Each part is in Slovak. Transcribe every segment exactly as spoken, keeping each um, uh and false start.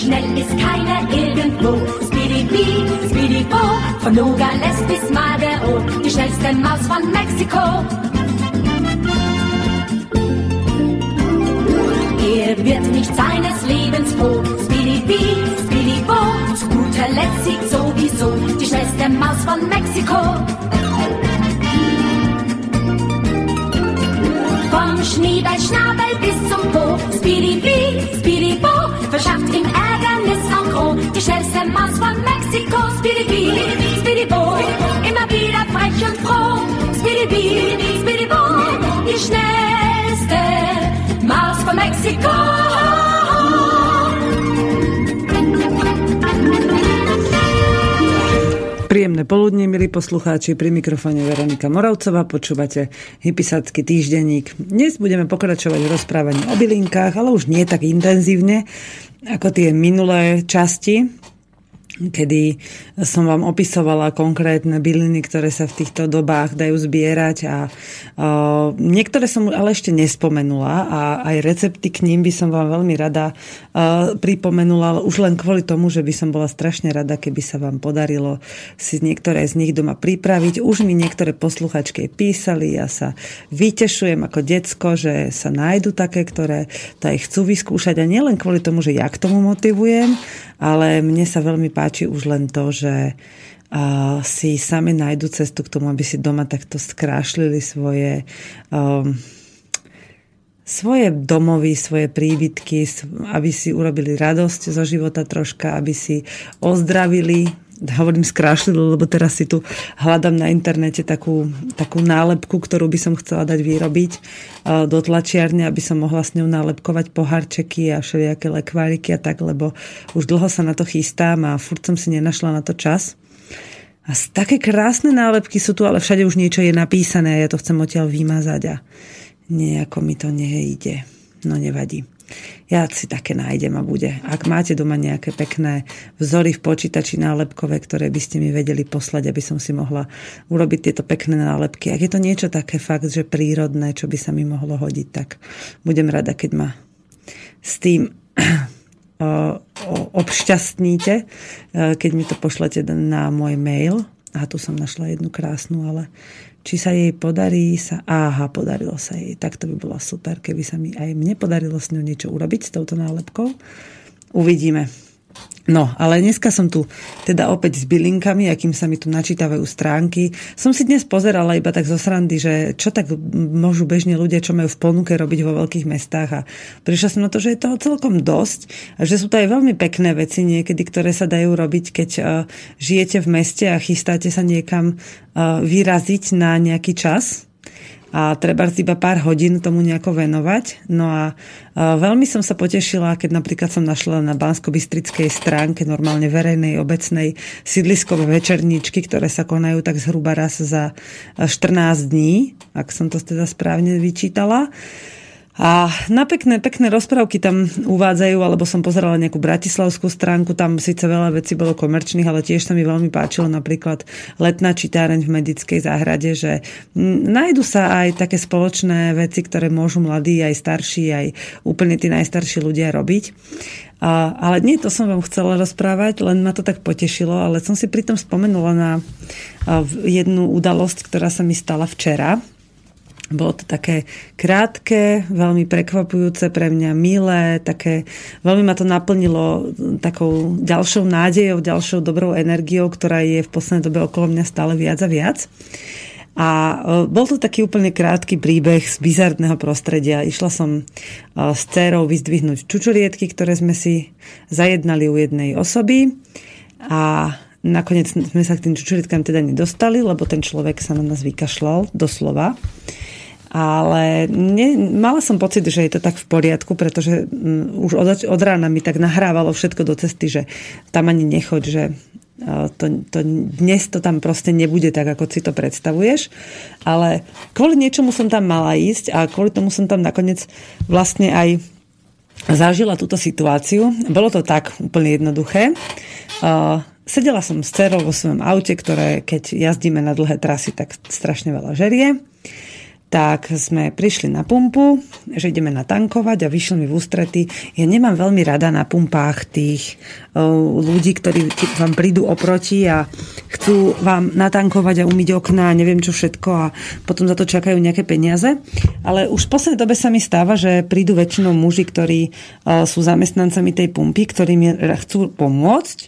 schnell ist keiner irgendwo. Speedy-Bee, Speedy-Bo, von Nogales bis Madero, die schnellste Maus von Mexiko. Er wird nicht seines Lebens froh. Speedy-Bee, Speedy-Bo, zu guter Letzt siegt sowieso die schnellste Maus von Mexiko. Vom Schneeballschnabel bis zum Po, Speedy-Bee, Speedy-Bo, verschafft ihm Ärgernis en gros. Die schnellste Maus von Mexiko, Speedy-Bee, Speedy-Bo, immer wieder frech und froh. Speedy-Bee, Speedy-Bo, die schnellste Maus von Mexiko. Príjemné poludnie, milí poslucháči, pri mikrofóne Veronika Moravcová, počúvate Hypisácky týždenník. Dnes budeme pokračovať v rozprávaní o bylinkách, ale už nie tak intenzívne ako tie minulé časti, kedy som vám opisovala konkrétne byliny, ktoré sa v týchto dobách dajú zbierať a uh, niektoré som ale ešte nespomenula a aj recepty k ním by som vám veľmi rada uh, pripomenula, ale už len kvôli tomu, že by som bola strašne rada, keby sa vám podarilo si niektoré z nich doma pripraviť. Už mi niektoré posluchačky písali, ja sa vytešujem ako decko, že sa nájdu také, ktoré to aj chcú vyskúšať a nielen kvôli tomu, že ja k tomu motivujem, ale mne sa veľmi páči už len to, že uh, si sami nájdu cestu k tomu, aby si doma takto skrášlili svoje um, svoje domovy, svoje príbytky, aby si urobili radosť zo života troška, aby si ozdravili. Hovorím skrášlili, lebo teraz si tu hľadám na internete takú, takú nálepku, ktorú by som chcela dať vyrobiť do tlačiarne, aby som mohla s ňou nálepkovať pohárčeky a všelijaké lekváriky a tak, lebo už dlho sa na to chystám a furt som si nenašla na to čas. A také krásne nálepky sú tu, ale všade už niečo je napísané a ja to chcem odtiaľ vymazať a nejako mi to nejde. No nevadí. Ja si také nájdem a bude. Ak máte doma nejaké pekné vzory v počítači nálepkové, ktoré by ste mi vedeli poslať, aby som si mohla urobiť tieto pekné nálepky. Ak je to niečo také fakt, že prírodné, čo by sa mi mohlo hodiť, tak budem rada, keď ma s tým obšťastníte, keď mi to pošlete na môj mail. A tu som našla jednu krásnu, ale či sa jej podarí sa... Aha, podarilo sa jej. Tak to by bolo super, keby sa mi aj mne podarilo s ňou niečo urobiť s touto nálepkou. Uvidíme. No, ale dneska som tu teda opäť s bylinkami, akým sa mi tu načítavajú stránky. Som si dnes pozerala iba tak zo srandy, že čo tak môžu bežne ľudia, čo majú v ponuke robiť vo veľkých mestách a prišla som na to, že je toho celkom dosť a že sú to aj veľmi pekné veci niekedy, ktoré sa dajú robiť, keď uh, žijete v meste a chystáte sa niekam uh, vyraziť na nejaký čas. A treba iba pár hodín tomu nejako venovať. No a, a veľmi som sa potešila, keď napríklad som našla na banskobystrickej stránke normálne verejnej obecnej sídliskové večerníčky, ktoré sa konajú tak zhruba raz za štrnásť dní, ak som to teda správne vyčítala. A na pekné, pekné rozprávky tam uvádzajú, alebo som pozerala nejakú bratislavskú stránku, tam síce veľa vecí bolo komerčných, ale tiež sa mi veľmi páčilo napríklad letná čitáreň v Medickej záhrade, že nájdu sa aj také spoločné veci, ktoré môžu mladí, aj starší, aj úplne tí najstarší ľudia robiť. A, ale nie, to som vám chcela rozprávať, len ma to tak potešilo, ale som si pritom spomenula na jednu udalosť, ktorá sa mi stala včera. Bolo to také krátke, veľmi prekvapujúce pre mňa, milé, také, veľmi ma to naplnilo takou ďalšou nádejou, ďalšou dobrou energiou, ktorá je v poslednej dobe okolo mňa stále viac a viac. A bol to taký úplne krátky príbeh z bizarného prostredia. Išla som s dcérou vyzdvihnúť čučoriedky, ktoré sme si zajednali u jednej osoby a nakoniec sme sa k tým čučorietkám teda nedostali, lebo ten človek sa na nás vykašľal, doslova. Ale ne, mala som pocit, že je to tak v poriadku, pretože um, už od, od rána mi tak nahrávalo všetko do cesty, že tam ani nechoď, že uh, to, to, dnes to tam proste nebude tak, ako si to predstavuješ. Ale kvôli niečomu som tam mala ísť a kvôli tomu som tam nakoniec vlastne aj zažila túto situáciu. Bolo to tak úplne jednoduché. Uh, sedela som s dcerou vo svojom aute, ktoré keď jazdíme na dlhé trasy, tak strašne veľa žerie. tak sme prišli na pumpu, že ideme natankovať a vyšli mi v ústrety. Ja nemám veľmi rada na pumpách tých ľudí, ktorí vám prídu oproti a chcú vám natankovať a umyť okná a neviem čo všetko a potom za to čakajú nejaké peniaze. Ale už v poslednej dobe sa mi stáva, že prídu väčšinou muži, ktorí sú zamestnancami tej pumpy, ktorí mi chcú pomôcť,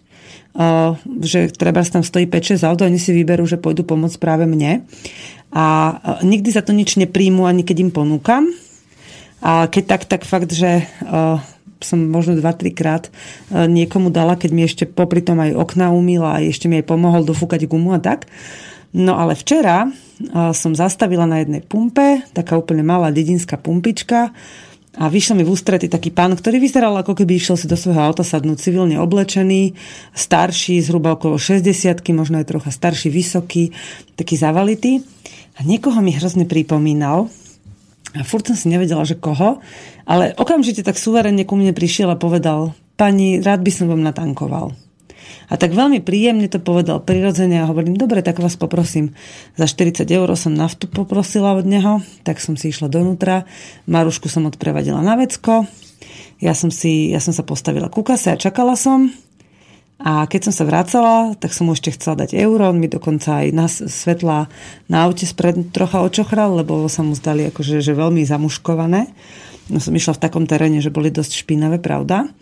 že treba tam stojí päť šesť aut a oni si vyberú, že pôjdu pomôcť práve mne. A nikdy za to nič nepríjmu, ani keď im ponúkam. A keď tak, tak fakt, že uh, som možno dva tri krát uh, niekomu dala, keď mi ešte popri tom aj okná umýla a ešte mi aj pomohol dofúkať gumu a tak. No ale včera uh, som zastavila na jednej pumpe, taká úplne malá dedinská pumpička, a vyšiel mi v ústrety taký pán, ktorý vyzeral, ako keby išiel si do svojho auta sadnúť, civilne oblečený, starší, zhruba okolo šesťdesiatky, možno aj trocha starší, vysoký, taký zavalitý. A niekoho mi hrozne pripomínal. A furt som si nevedela, že koho. Ale okamžite tak suverene ku mne prišiel a povedal: pani, rád by som vám natankoval. A tak veľmi príjemne to povedal, prirodzene, a hovorím: dobre, tak vás poprosím. Za štyridsať eur som naftu poprosila od neho, tak som si išla donútra. Marušku som odprevadila na vecko. Ja som, si, ja som sa postavila ku kase a čakala som. A keď som sa vracala, tak som mu ešte chcela dať euro. On mi dokonca aj na svetlá na aute spred trocha očochral, lebo sa mu zdali akože, že veľmi zamuškované. No som išla v takom teréne, že boli dosť špinavé, pravda.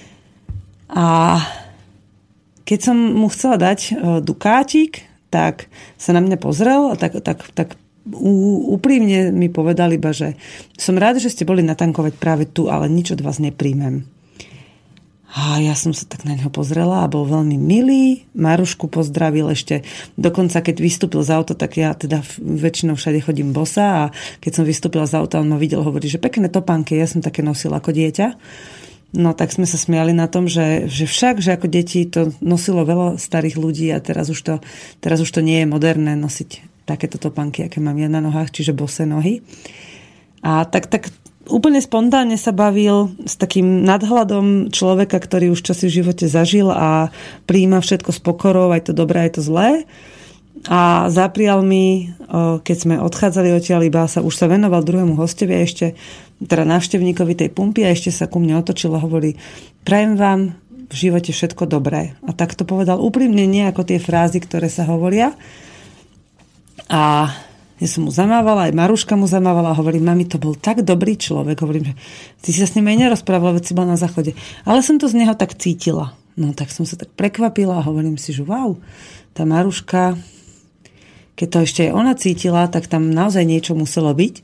A keď som mu chcela dať dukátik, tak sa na mňa pozrel a tak, tak, tak úprimne mi povedal iba, že som rád, že ste boli natankovať práve tu, ale nič od vás nepríjmem. A ja som sa tak na neho pozrela a bol veľmi milý. Marušku pozdravil ešte. Dokonca, keď vystúpil z auta, tak ja teda väčšinou všade chodím bosa a keď som vystúpila z auta, on ma videl, hovorí, že pekné topánky, ja som také nosila ako dieťa. No tak sme sa smiali na tom, že, že však, že ako deti to nosilo veľa starých ľudí a teraz už to, teraz už to nie je moderné nosiť takéto topánky, aké mám ja na nohách, čiže bosé nohy. A tak, tak úplne spontánne sa bavil s takým nadhľadom človeka, ktorý už čosi v živote zažil a prijíma všetko s pokorou, aj to dobré, aj to zlé. A zaprial mi, keď sme odchádzali odtiaľ, iba sa už sa venoval druhému hostovi a ešte teda návštevníkovi tej pumpy a ešte sa ku mne otočil a hovorí: prajem vám v živote všetko dobré. A tak to povedal úprimne, nie ako tie frázy, ktoré sa hovoria. A ja som mu zamávala, aj Maruška mu zamávala a hovorím: mami, to bol tak dobrý človek. Hovorím, že ty si sa s ním aj nerozprávala, veď si bola na záchode. Ale som to z neho tak cítila. No tak som sa tak prekvapila a hovorím si, že wow, tá Maruška, keď to ešte aj ona cítila, tak tam naozaj niečo muselo byť.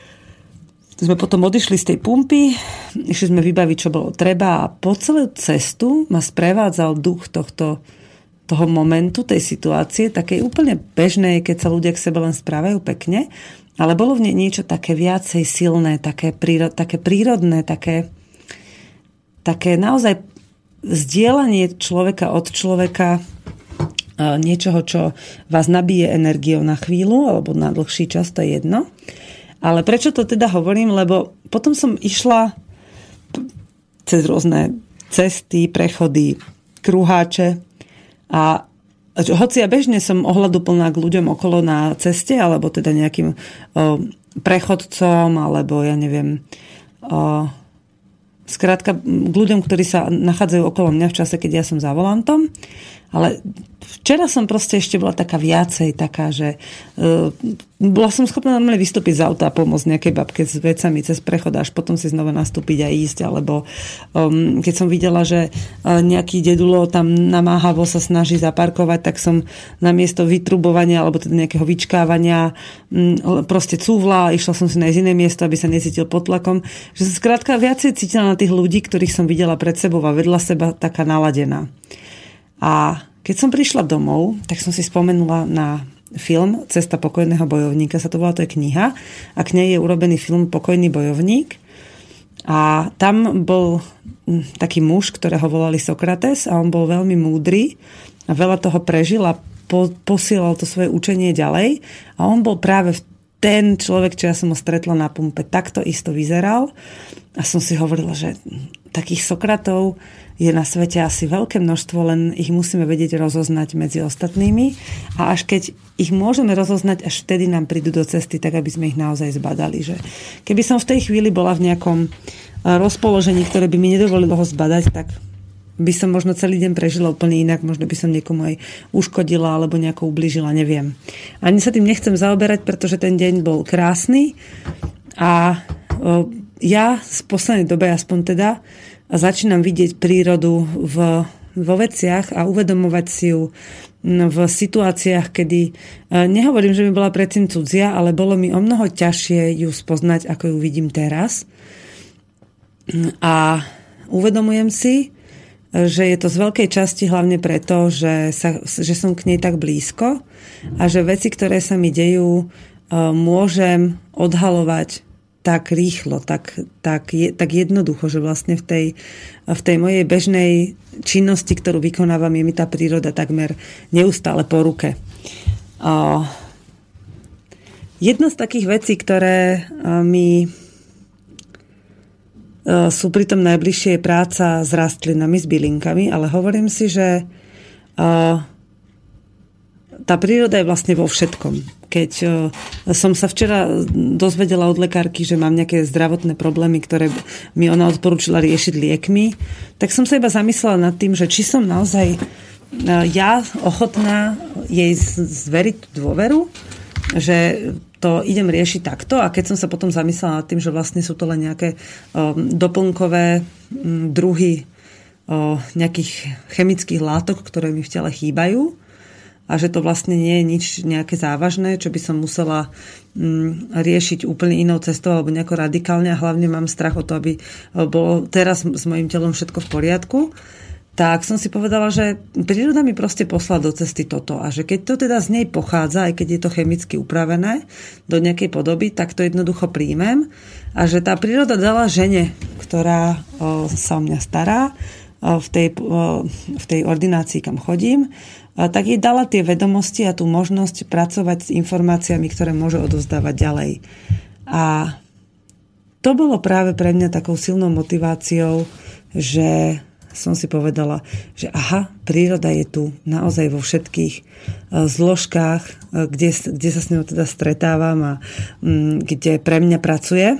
Sme potom odišli z tej pumpy, išli sme vybaviť, čo bolo treba a po celú cestu ma sprevádzal duch tohto, toho momentu, tej situácie, takej úplne bežnej, keď sa ľudia k sebe len správajú pekne, ale bolo v nej niečo také viacej silné, také, prírod, také prírodné, také, také naozaj zdieľanie človeka od človeka, niečoho, čo vás nabije energiou na chvíľu alebo na dlhší čas, to je jedno. Ale prečo to teda hovorím? Lebo potom som išla cez rôzne cesty, prechody, kruháče a hoci ja bežne som ohľaduplná k ľuďom okolo na ceste, alebo teda nejakým o, prechodcom, alebo ja neviem, o, skrátka k ľuďom, ktorí sa nachádzajú okolo mňa v čase, keď ja som za volantom. Ale včera som proste ešte bola taká viacej, taká, že uh, bola som schopná normálne vystúpiť z auta a pomôcť nejakej babke s vecami cez prechod, až potom si znova nastúpiť a ísť. Alebo um, keď som videla, že uh, nejaký dedulo tam namáhavo sa snaží zaparkovať, tak som namiesto vytrubovania alebo teda nejakého vyčkávania um, proste cúvla, išla som si na iné miesto, aby sa necítil pod tlakom. Že som skrátka viacej cítila na tých ľudí, ktorých som videla pred sebou a vedľa seba taká naladená. A keď som prišla domov, tak som si spomenula na film Cesta pokojného bojovníka, sa to volá, to je kniha a k nej je urobený film Pokojný bojovník a tam bol taký muž, ktorého volali Sokrates a on bol veľmi múdry a veľa toho prežil a po, posielal to svoje učenie ďalej a on bol práve v ten človek, čo ja som ho stretla na pumpe, takto isto vyzeral. A som si hovorila, že takých Sokratov je na svete asi veľké množstvo, len ich musíme vedieť rozoznať medzi ostatnými. A až keď ich môžeme rozoznať, až vtedy nám prídu do cesty, tak aby sme ich naozaj zbadali. Že keby som v tej chvíli bola v nejakom rozpoložení, ktoré by mi nedovolilo ho zbadať, tak by som možno celý deň prežila úplne inak, možno by som niekomu aj uškodila alebo nejako ublížila, neviem. Ani sa tým nechcem zaoberať, pretože ten deň bol krásny a o, ja v poslednej dobe aspoň teda začínam vidieť prírodu v, vo veciach a uvedomovať si ju v situáciách, kedy nehovorím, že mi bola predtým cudzia, ale bolo mi o mnoho ťažšie ju spoznať, ako ju vidím teraz. A uvedomujem si, že je to z veľkej časti hlavne preto, že, sa, že som k nej tak blízko a že veci, ktoré sa mi dejú, môžem odhalovať tak rýchlo, tak, tak, je, tak jednoducho, že vlastne v tej, v tej mojej bežnej činnosti, ktorú vykonávam, je mi tá príroda takmer neustále po ruke. Jedna z takých vecí, ktoré mi sú pritom najbližšie je práca s rastlinami, s bylinkami, ale hovorím si, že tá príroda je vlastne vo všetkom. Keď som sa včera dozvedela od lekárky, že mám nejaké zdravotné problémy, ktoré mi ona odporúčila riešiť liekmi, tak som sa iba zamyslela nad tým, že či som naozaj ja ochotná jej zveriť dôveru, že to idem riešiť takto, a keď som sa potom zamyslela nad tým, že vlastne sú to len nejaké o, doplnkové m, druhy o, nejakých chemických látok, ktoré mi v tele chýbajú a že to vlastne nie je nič nejaké závažné, čo by som musela m, riešiť úplne inou cestou alebo nejako radikálne, a hlavne mám strach o to, aby bolo teraz s mojím telom všetko v poriadku, tak som si povedala, že príroda mi proste poslala do cesty toto a že keď to teda z nej pochádza, aj keď je to chemicky upravené do nejakej podoby, tak to jednoducho príjmem a že tá príroda dala žene, ktorá o, sa o mňa stará o, v, tej, o, v tej ordinácii, kam chodím, o, tak jej dala tie vedomosti a tú možnosť pracovať s informáciami, ktoré môže odovzdávať ďalej. A to bolo práve pre mňa takou silnou motiváciou, že som si povedala, že aha, príroda je tu naozaj vo všetkých uh, zložkách, uh, kde, kde sa s ňou teda stretávam a um, kde pre mňa pracuje,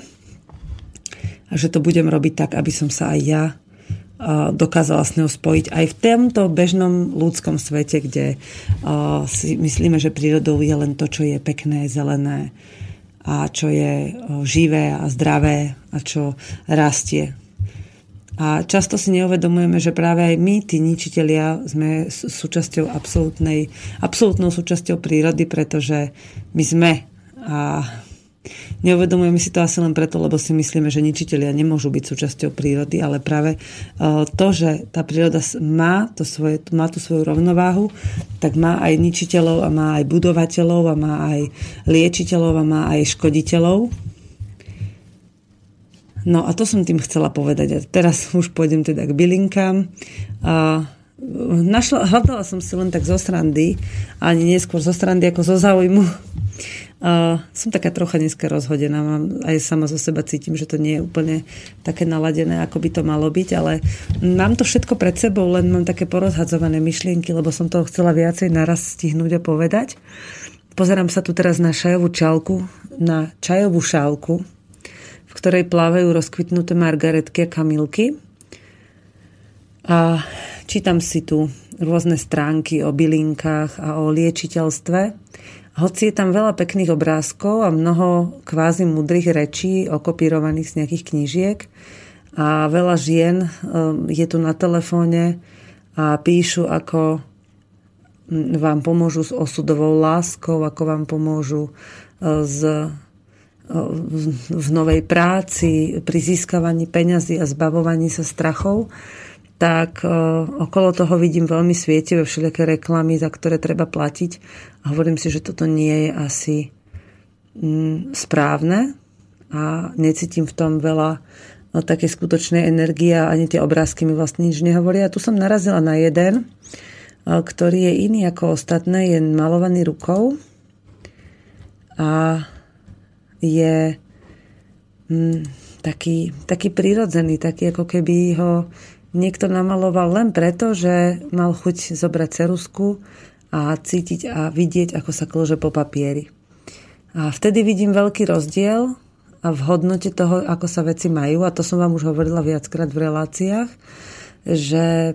a že to budem robiť tak, aby som sa aj ja uh, dokázala s ňou spojiť aj v tomto bežnom ľudskom svete, kde uh, si myslíme, že prírodou je len to, čo je pekné, zelené a čo je uh, živé a zdravé a čo rastie. A často si neuvedomujeme, že práve aj my, tí ničitelia, sme súčasťou absolútnej, absolútnou súčasťou prírody, pretože my sme. A neuvedomujeme si to asi len preto, lebo si myslíme, že ničitelia nemôžu byť súčasťou prírody, ale práve to, že tá príroda má, to svoje, má tú svoju rovnováhu, tak má aj ničiteľov a má aj budovateľov a má aj liečiteľov a má aj škoditeľov. No a to som tým chcela povedať. A teraz už pôjdem teda k bylinkám. A našla, hľadala som si len tak zo srandy, ani neskôr zo srandy ako zo záujmu. A som taká trocha dneska rozhodená. Mám, aj sama zo seba cítim, že to nie je úplne také naladené, ako by to malo byť, ale mám to všetko pred sebou, len mám také porozhadzované myšlienky, lebo som toho chcela viacej naraz stihnúť a povedať. Pozerám sa tu teraz na šajovú čálku, na čajovú šálku, v ktorej plávajú rozkvitnuté margaretky a kamilky. A čítam si tu rôzne stránky o bylinkách a o liečiteľstve. Hoci je tam veľa pekných obrázkov a mnoho kvázi múdrych rečí okopírovaných z nejakých knížiek a veľa žien je tu na telefóne a píšu, ako vám pomôžu s osudovou láskou, ako vám pomôžu s v novej práci, pri získavaní peňazí a zbavovaní sa strachov, tak okolo toho vidím veľmi svietivé všelijaké reklamy, za ktoré treba platiť. A hovorím si, že toto nie je asi správne a necítim v tom veľa také skutočnej energie a ani tie obrázky mi vlastne nič nehovoria. A tu som narazila na jeden, ktorý je iný ako ostatné, je malovaný rukou a je mm, taký, taký prirodzený, taký ako keby ho niekto namaloval len preto, že mal chuť zobrať ceruzku a cítiť a vidieť, ako sa klže po papieri. A vtedy vidím veľký rozdiel a v hodnote toho, ako sa veci majú, a to som vám už hovorila viackrát v reláciách, že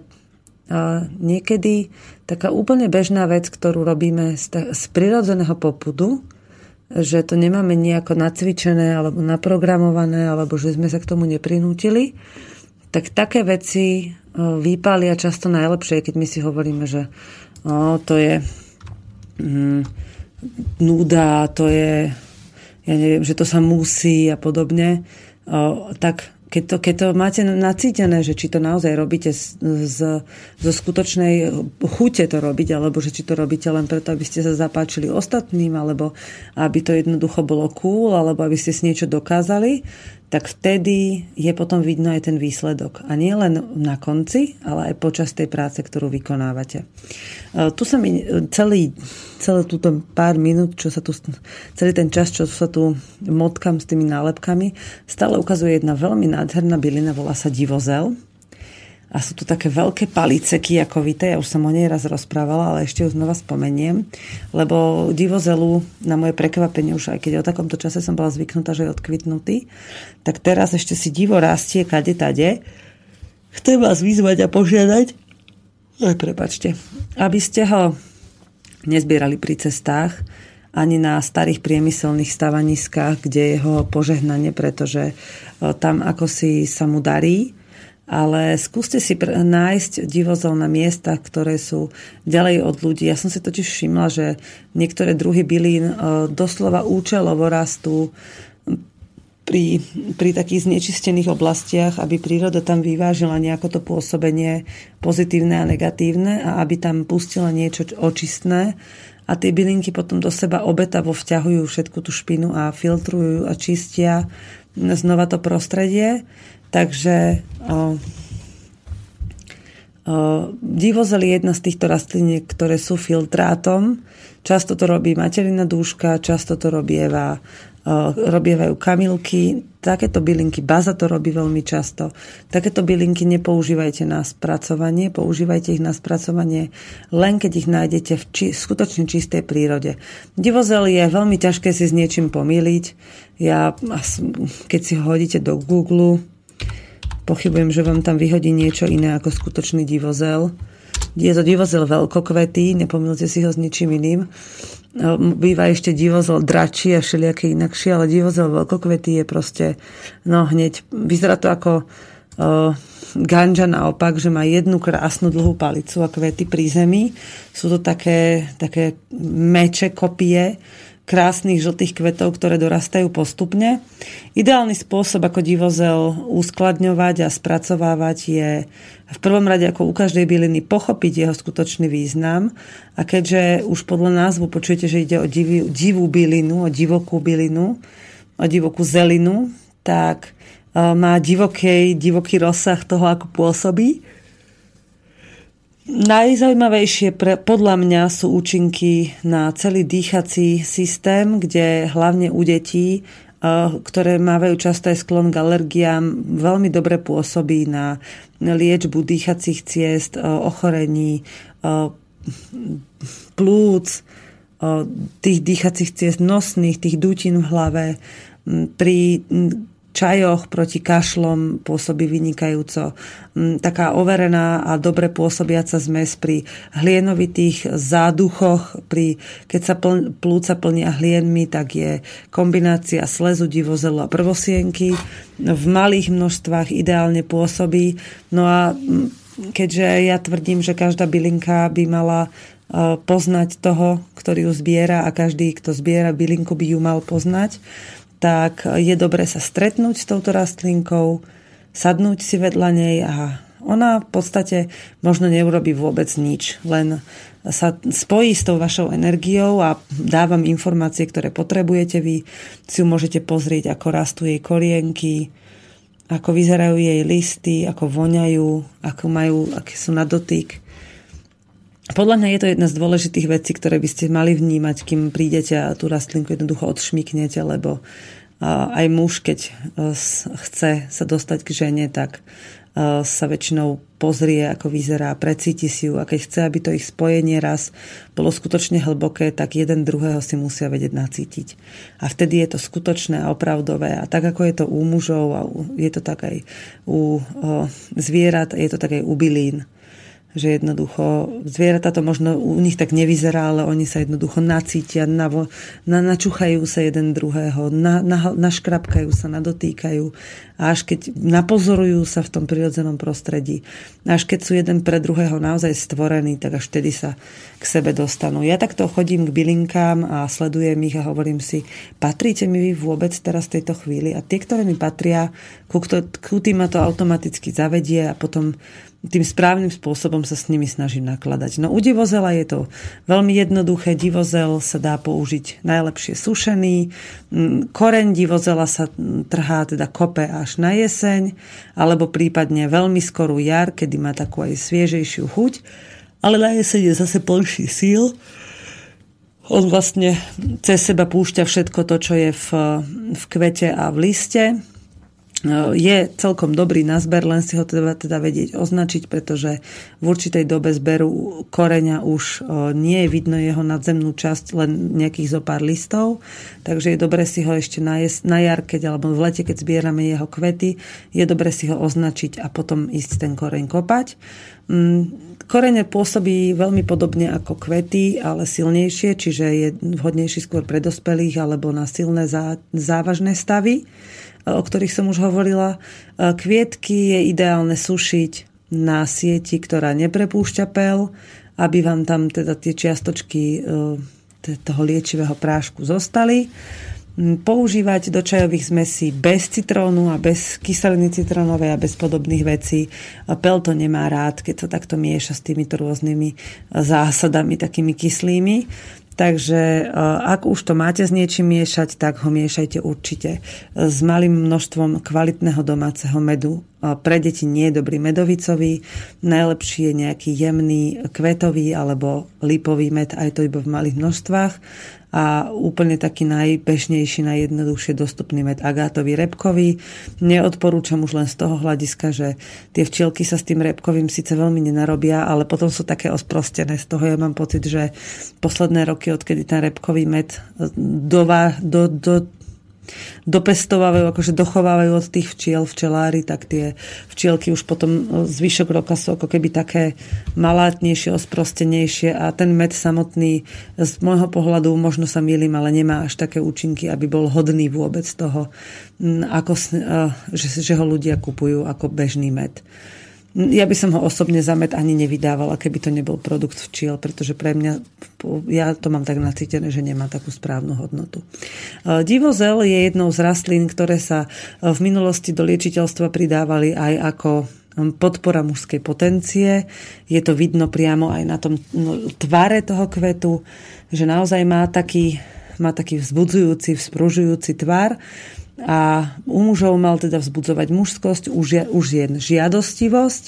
niekedy taká úplne bežná vec, ktorú robíme z, z prirodzeného popudu, že to nemáme nejako nacvičené alebo naprogramované, alebo že sme sa k tomu neprinútili, tak také veci vypália často najlepšie, keď my si hovoríme, že o, to je mm, núda, to je, ja neviem, že to sa musí a podobne, o, tak Keď to, keď to máte nacítené, že či to naozaj robíte z, z, zo skutočnej chute to robiť, alebo že či to robíte len preto, aby ste sa zapáčili ostatným, alebo aby to jednoducho bolo cool, alebo aby ste si niečo dokázali, tak vtedy je potom vidno aj ten výsledok. A nie len na konci, ale aj počas tej práce, ktorú vykonávate. Tu sa mi celý, celé túto pár minút, čo sa tu, celý ten čas, čo sa tu motkam s tými nálepkami, stále ukazuje jedna veľmi nádherná bylina, volá sa divozel. A sú tu také veľké palice kijakovité, ja už som o nej raz rozprávala, ale ešte ju znova spomeniem, lebo divozelu, na moje prekvapenie, už aj keď o takomto čase som bola zvyknutá, že je odkvitnutý, tak teraz ešte si divo rastie kade tade. Chcem vás vyzvať a požiadať, aj prepáčte, aby ste ho nezbierali pri cestách, ani na starých priemyselných stavaniskách, kde je ho požehnanie, pretože tam ako si sa mu darí, ale skúste si pr- nájsť divozel na miestach, ktoré sú ďalej od ľudí. Ja som si totiž všimla, že niektoré druhy bylín e, doslova účelovo rastú pri, pri takých znečistených oblastiach, aby príroda tam vyvážila nejako to pôsobenie pozitívne a negatívne a aby tam pustila niečo očistné. A tie bylinky potom do seba obetavo vťahujú všetku tú špinu a filtrujú a čistia znova to prostredie. Takže o, o, divozel je jedna z týchto rastlín, ktoré sú filtrátom. Často to robí materina dúška, často to robieva, o, robievajú kamilky. Takéto bylinky, baza to robí veľmi často. Takéto bylinky nepoužívajte na spracovanie, používajte ich na spracovanie len keď ich nájdete v či, skutočne čistej prírode. Divozel je veľmi ťažké si s niečím pomýliť. Ja, keď si ho hodíte do Google, pochybujem, že vám tam vyhodí niečo iné ako skutočný divozel. Je to divozel veľkokvetý, nepomýlte si ho s ničím iným. Býva ešte divozel dračí a všelijaké inakšie, ale divozel veľkokvetý je proste, no hneď, vyzerá to ako uh, ganža naopak, že má jednu krásnu dlhú palicu a kvety pri zemi. Sú to také, také meče, kopie krásnych žltých kvetov, ktoré dorastajú postupne. Ideálny spôsob, ako divozel uskladňovať a spracovávať, je v prvom rade, ako u každej byliny, pochopiť jeho skutočný význam. A keďže už podľa názvu počujete, že ide o divú, divú bylinu, o divokú bylinu, o divokú zelinu, tak má divoký, divoký rozsah toho, ako pôsobí. Najzaujímavejšie pre, podľa mňa sú účinky na celý dýchací systém, kde hlavne u detí, ktoré mávajú často aj sklon k alergiám, veľmi dobre pôsobí na liečbu dýchacích ciest, ochorení plúc, tých dýchacích ciest nosných, tých dutín v hlave. Pri čajoch proti kašlom pôsobí vynikajúco. Taká overená a dobre pôsobiaca zmes pri hlienovitých záduchoch, pri, keď sa pln, plúca plnia hlienmi, tak je kombinácia slezu, divozelu a prvosienky. V malých množstvách ideálne pôsobí. No a keďže ja tvrdím, že každá bylinka by mala poznať toho, ktorý ju zbiera, a každý, kto zbiera bylinku, by ju mal poznať, tak je dobré sa stretnúť s touto rastlinkou, sadnúť si vedľa nej a ona v podstate možno neurobí vôbec nič, len sa spojí s tou vašou energiou a dá vám informácie, ktoré potrebujete. Vy si ju môžete pozrieť, ako rastú jej korienky, ako vyzerajú jej listy, ako voňajú, ako majú, aké sú na dotyk. podľa mňa je to jedna z dôležitých vecí, ktoré by ste mali vnímať, kým prídete a tú rastlinku jednoducho odšmyknete, lebo aj muž, keď chce sa dostať k žene, tak sa väčšinou pozrie, ako vyzerá, precíti si ju a keď chce, aby to ich spojenie raz bolo skutočne hlboké, tak jeden druhého si musia vedieť nacítiť. A vtedy je to skutočné a opravdové. A tak, ako je to u mužov a je to tak aj u zvierat, je to tak aj u bylín. Že jednoducho zvieratá to možno u nich tak nevyzerá, ale oni sa jednoducho nacítia, navo, na, načuchajú sa jeden druhého, na, na, naškrapkajú sa, nadotýkajú a až keď napozorujú sa v tom prirodzenom prostredí, až keď sú jeden pre druhého naozaj stvorení, tak až vtedy sa k sebe dostanú. Ja takto chodím k bylinkám a sledujem ich a hovorím si, patríte mi vy vôbec teraz v tejto chvíli? A tie, ktoré mi patria, ku, ku tým ma to automaticky zavedie a potom tým správnym spôsobom sa s nimi snažím nakladať. No u divozela je to veľmi jednoduché. Divozel sa dá použiť najlepšie sušený. Koreň divozela sa trhá, teda kope až na jeseň, alebo prípadne veľmi skorú jar, kedy má takú aj sviežejšiu chuť. Ale na jeseň je zase plnší síl. On vlastne cez seba púšťa všetko to, čo je v, v kvete a v liste. Je celkom dobrý na zber, len si ho teda, teda vedieť označiť, pretože v určitej dobe zberu koreňa už nie je vidno jeho nadzemnú časť, len nejakých zo pár listov. Takže je dobre si ho ešte na, jes, na jar, keď, alebo v lete, keď zbierame jeho kvety, je dobre si ho označiť a potom ísť ten koreň kopať. Korene pôsobí veľmi podobne ako kvety, ale silnejšie, čiže je vhodnejší skôr pre dospelých alebo na silné zá, závažné stavy, o ktorých som už hovorila. Kvietky je ideálne sušiť na sieti, ktorá neprepúšťa pel, aby vám tam teda tie čiastočky toho liečivého prášku zostali. Používať do čajových zmesí bez citrónu a bez kyseliny citrónovej a bez podobných vecí. Pel to nemá rád, keď sa takto mieša s týmito rôznymi zásadami, takými kyslými. Takže ak už to máte s niečím miešať, tak ho miešajte určite s malým množstvom kvalitného domáceho medu. Pre deti nie je dobrý medovicový, najlepší je nejaký jemný kvetový alebo lípový med, aj to iba v malých množstvách. A úplne taký najbežnejší, najjednoduchšie dostupný med agátový, repkový. Neodporúčam už len z toho hľadiska, že tie včielky sa s tým repkovým síce veľmi nenarobia, ale potom sú také osprostené. Z toho ja mám pocit, že posledné roky, odkedy ten repkový med dová, do, do, dopestovávajú, akože dochovávajú od tých včiel včelári, tak tie včielky už potom zvyšok roka sú ako keby také malátnejšie, osprostenejšie a ten med samotný z môjho pohľadu, možno sa mýlim, ale nemá až také účinky, aby bol hodný vôbec toho, ako, že, že ho ľudia kupujú ako bežný med. Ja by som ho osobne za med ani nevydávala, keby to nebol produkt včiel, pretože pre mňa, ja to mám tak nacítené, že nemá takú správnu hodnotu. Divozel je jednou z rastlín, ktoré sa v minulosti do liečiteľstva pridávali aj ako podpora mužskej potencie. Je to vidno priamo aj na tom tvare toho kvetu, že naozaj má taký, má taký vzbudzujúci, vzpružujúci tvar. A u mužov mal teda vzbudzovať mužskosť, už, už je žiadostivosť.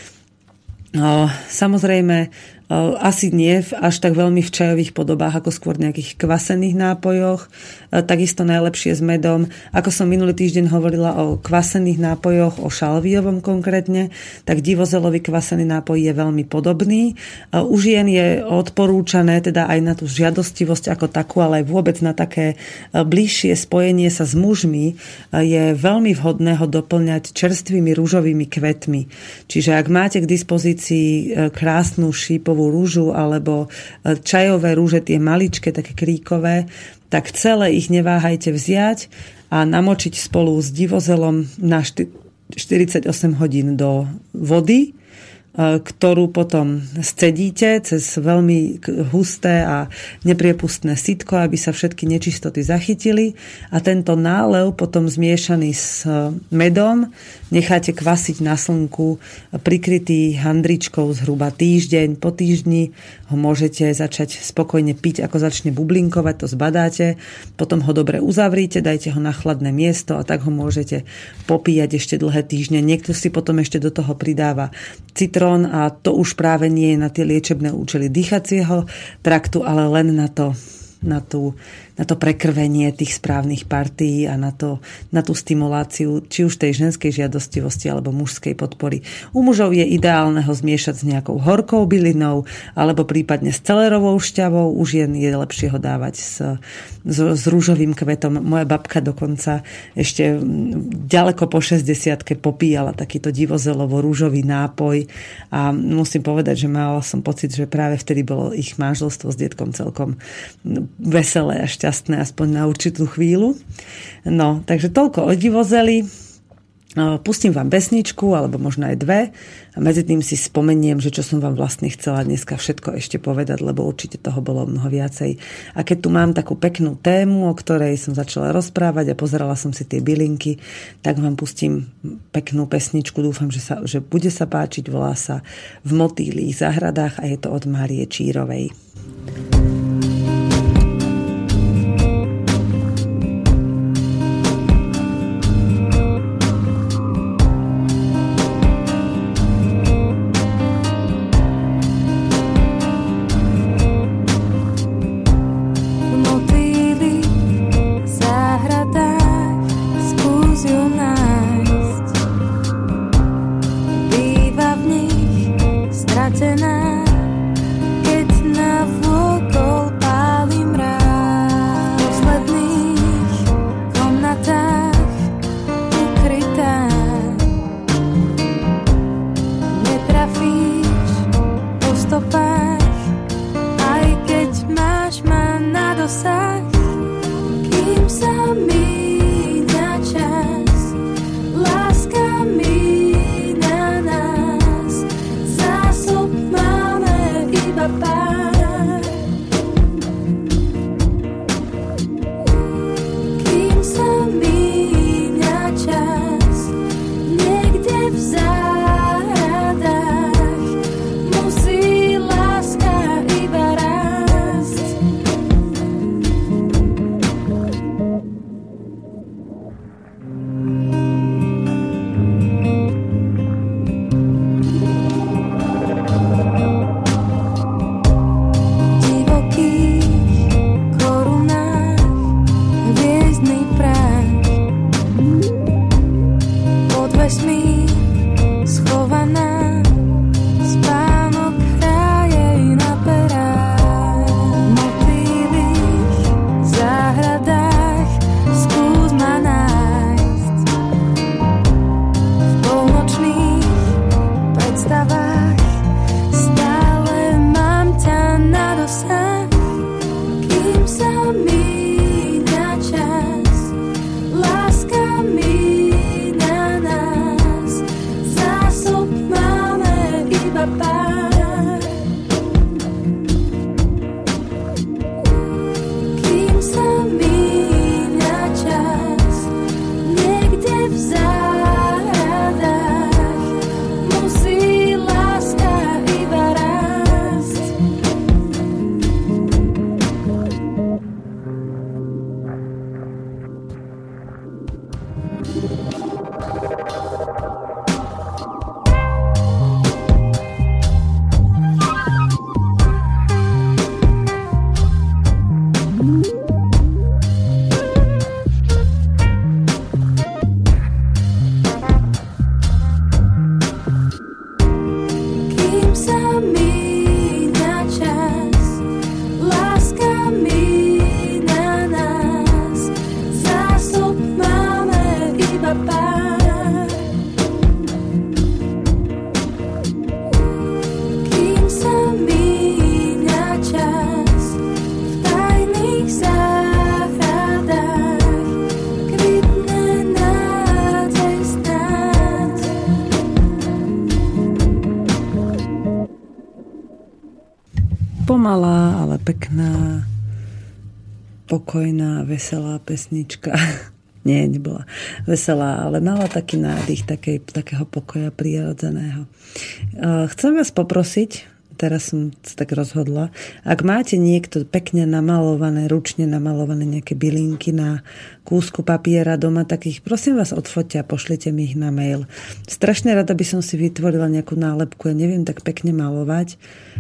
Samozrejme, asi nie až tak veľmi v čajových podobách, ako skôr nejakých kvasených nápojoch. Takisto najlepšie s medom. Ako som minulý týždeň hovorila o kvasených nápojoch, o šalvíovom konkrétne, tak divozelový kvasený nápoj je veľmi podobný. U žien je odporúčané teda aj na tú žiadostivosť ako takú, ale aj vôbec na také bližšie spojenie sa s mužmi je veľmi vhodné ho doplňať čerstvými ružovými kvetmi. Čiže ak máte k dispozícii krásnu šípovú rúžu alebo čajové rúže, tie maličké, také kríkové, tak celé ich neváhajte vziať a namočiť spolu s divozelom na štyridsaťosem hodín do vody, ktorú potom scedíte cez veľmi husté a nepriepustné sitko, aby sa všetky nečistoty zachytili a tento nálev potom zmiešaný s medom necháte kvasiť na slnku, prikrytý handričkou zhruba týždeň. Po týždni ho môžete začať spokojne piť, ako začne bublinkovať, to zbadáte, potom ho dobre uzavríte, dajte ho na chladné miesto a tak ho môžete popíjať ešte dlhé týždne. Niekto si potom ešte do toho pridáva citrón tón a to už práve nie je na tie liečebné účely dýchacieho traktu, ale len na to, na tú, na to prekrvenie tých správnych partií a na, to, na tú stimuláciu či už tej ženskej žiadostivosti alebo mužskej podpory. U mužov je ideálne ho zmiešať s nejakou horkou bylinou alebo prípadne s celerovou šťavou. U žien je lepšie ho dávať s, s, s rúžovým kvetom. Moja babka dokonca ešte ďaleko po šesťdesiatke popíjala takýto divozelovo-rúžový nápoj a musím povedať, že mala som pocit, že práve vtedy bolo ich manželstvo s detkom celkom veselé a šťastné, aspoň na určitú chvíľu. No, takže toľko o divozeli. Pustím vám pesničku, alebo možno aj dve a medzi tým si spomeniem, že čo som vám vlastne chcela dneska všetko ešte povedať, lebo určite toho bolo mnoho viacej. A keď tu mám takú peknú tému, o ktorej som začala rozprávať a pozerala som si tie bylinky, tak vám pustím peknú pesničku. Dúfam, že, sa, že bude sa páčiť. Volá sa V motýlých záhradách a je to od Márie Čírovej. Pomalá, ale pekná, pokojná, veselá pesnička. Nie, nebola veselá, ale mala taký nádych takej, takého pokoja prirodzeného. Chcem vás poprosiť teraz som sa tak rozhodla. Ak máte niekto pekne namalované, ručne namalované nejaké bylinky na kúsku papiera doma, tak ich prosím vás odfoťte a pošlite mi ich na mail. Strašne rada by som si vytvorila nejakú nálepku, ja neviem tak pekne malovať.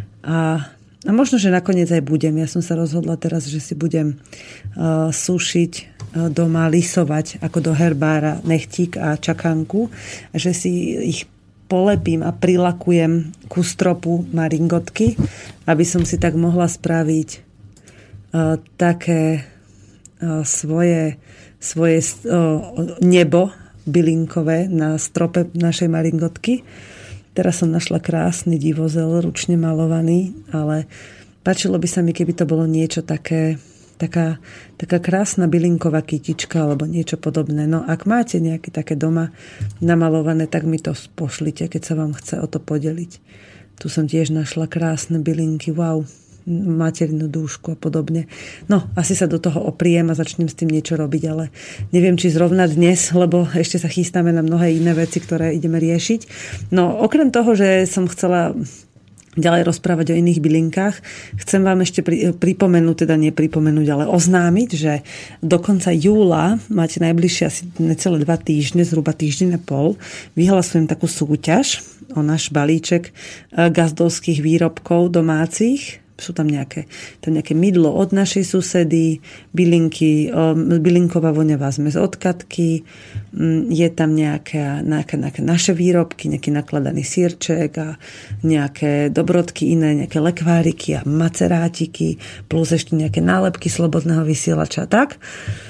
A, a možno, že nakoniec aj budem. Ja som sa rozhodla teraz, že si budem uh, sušiť uh, doma, lisovať ako do herbára nechtík a čakanku, že si ich polepím a prilakujem ku stropu maringotky, aby som si tak mohla spraviť uh, také uh, svoje, svoje uh, nebo bylinkové na strope našej maringotky. Teraz som našla krásny divozel, ručne malovaný, ale páčilo by sa mi, keby to bolo niečo také Taká, taká krásna bylinková kytička alebo niečo podobné. No ak máte nejaké také doma namalované, tak mi to pošlite, keď sa vám chce o to podeliť. Tu som tiež našla krásne bylinky, wow, materinú dúšku a podobne. No, asi sa do toho opriem a začnem s tým niečo robiť, ale neviem, či zrovna dnes, lebo ešte sa chystáme na mnohé iné veci, ktoré ideme riešiť. No, okrem toho, že som chcela ďalej rozprávať o iných bylinkách, chcem vám ešte pri, pripomenúť, teda nie pripomenúť, ale oznámiť, že do konca júla, máte najbližšie asi necelé dva týždne, zhruba týždeň a pol, vyhlasujem takú súťaž o náš balíček gazdovských výrobkov domácich. Sú tam nejaké, tam nejaké mydlo od našej susedy, bylinky, bylinková voňavá zmes od Katky, je tam nejaké, nejaké, nejaké naše výrobky, nejaký nakladaný sírček a nejaké dobrodky iné, nejaké lekváriky a macerátiky, plus ešte nejaké nálepky slobodného vysielača, tak?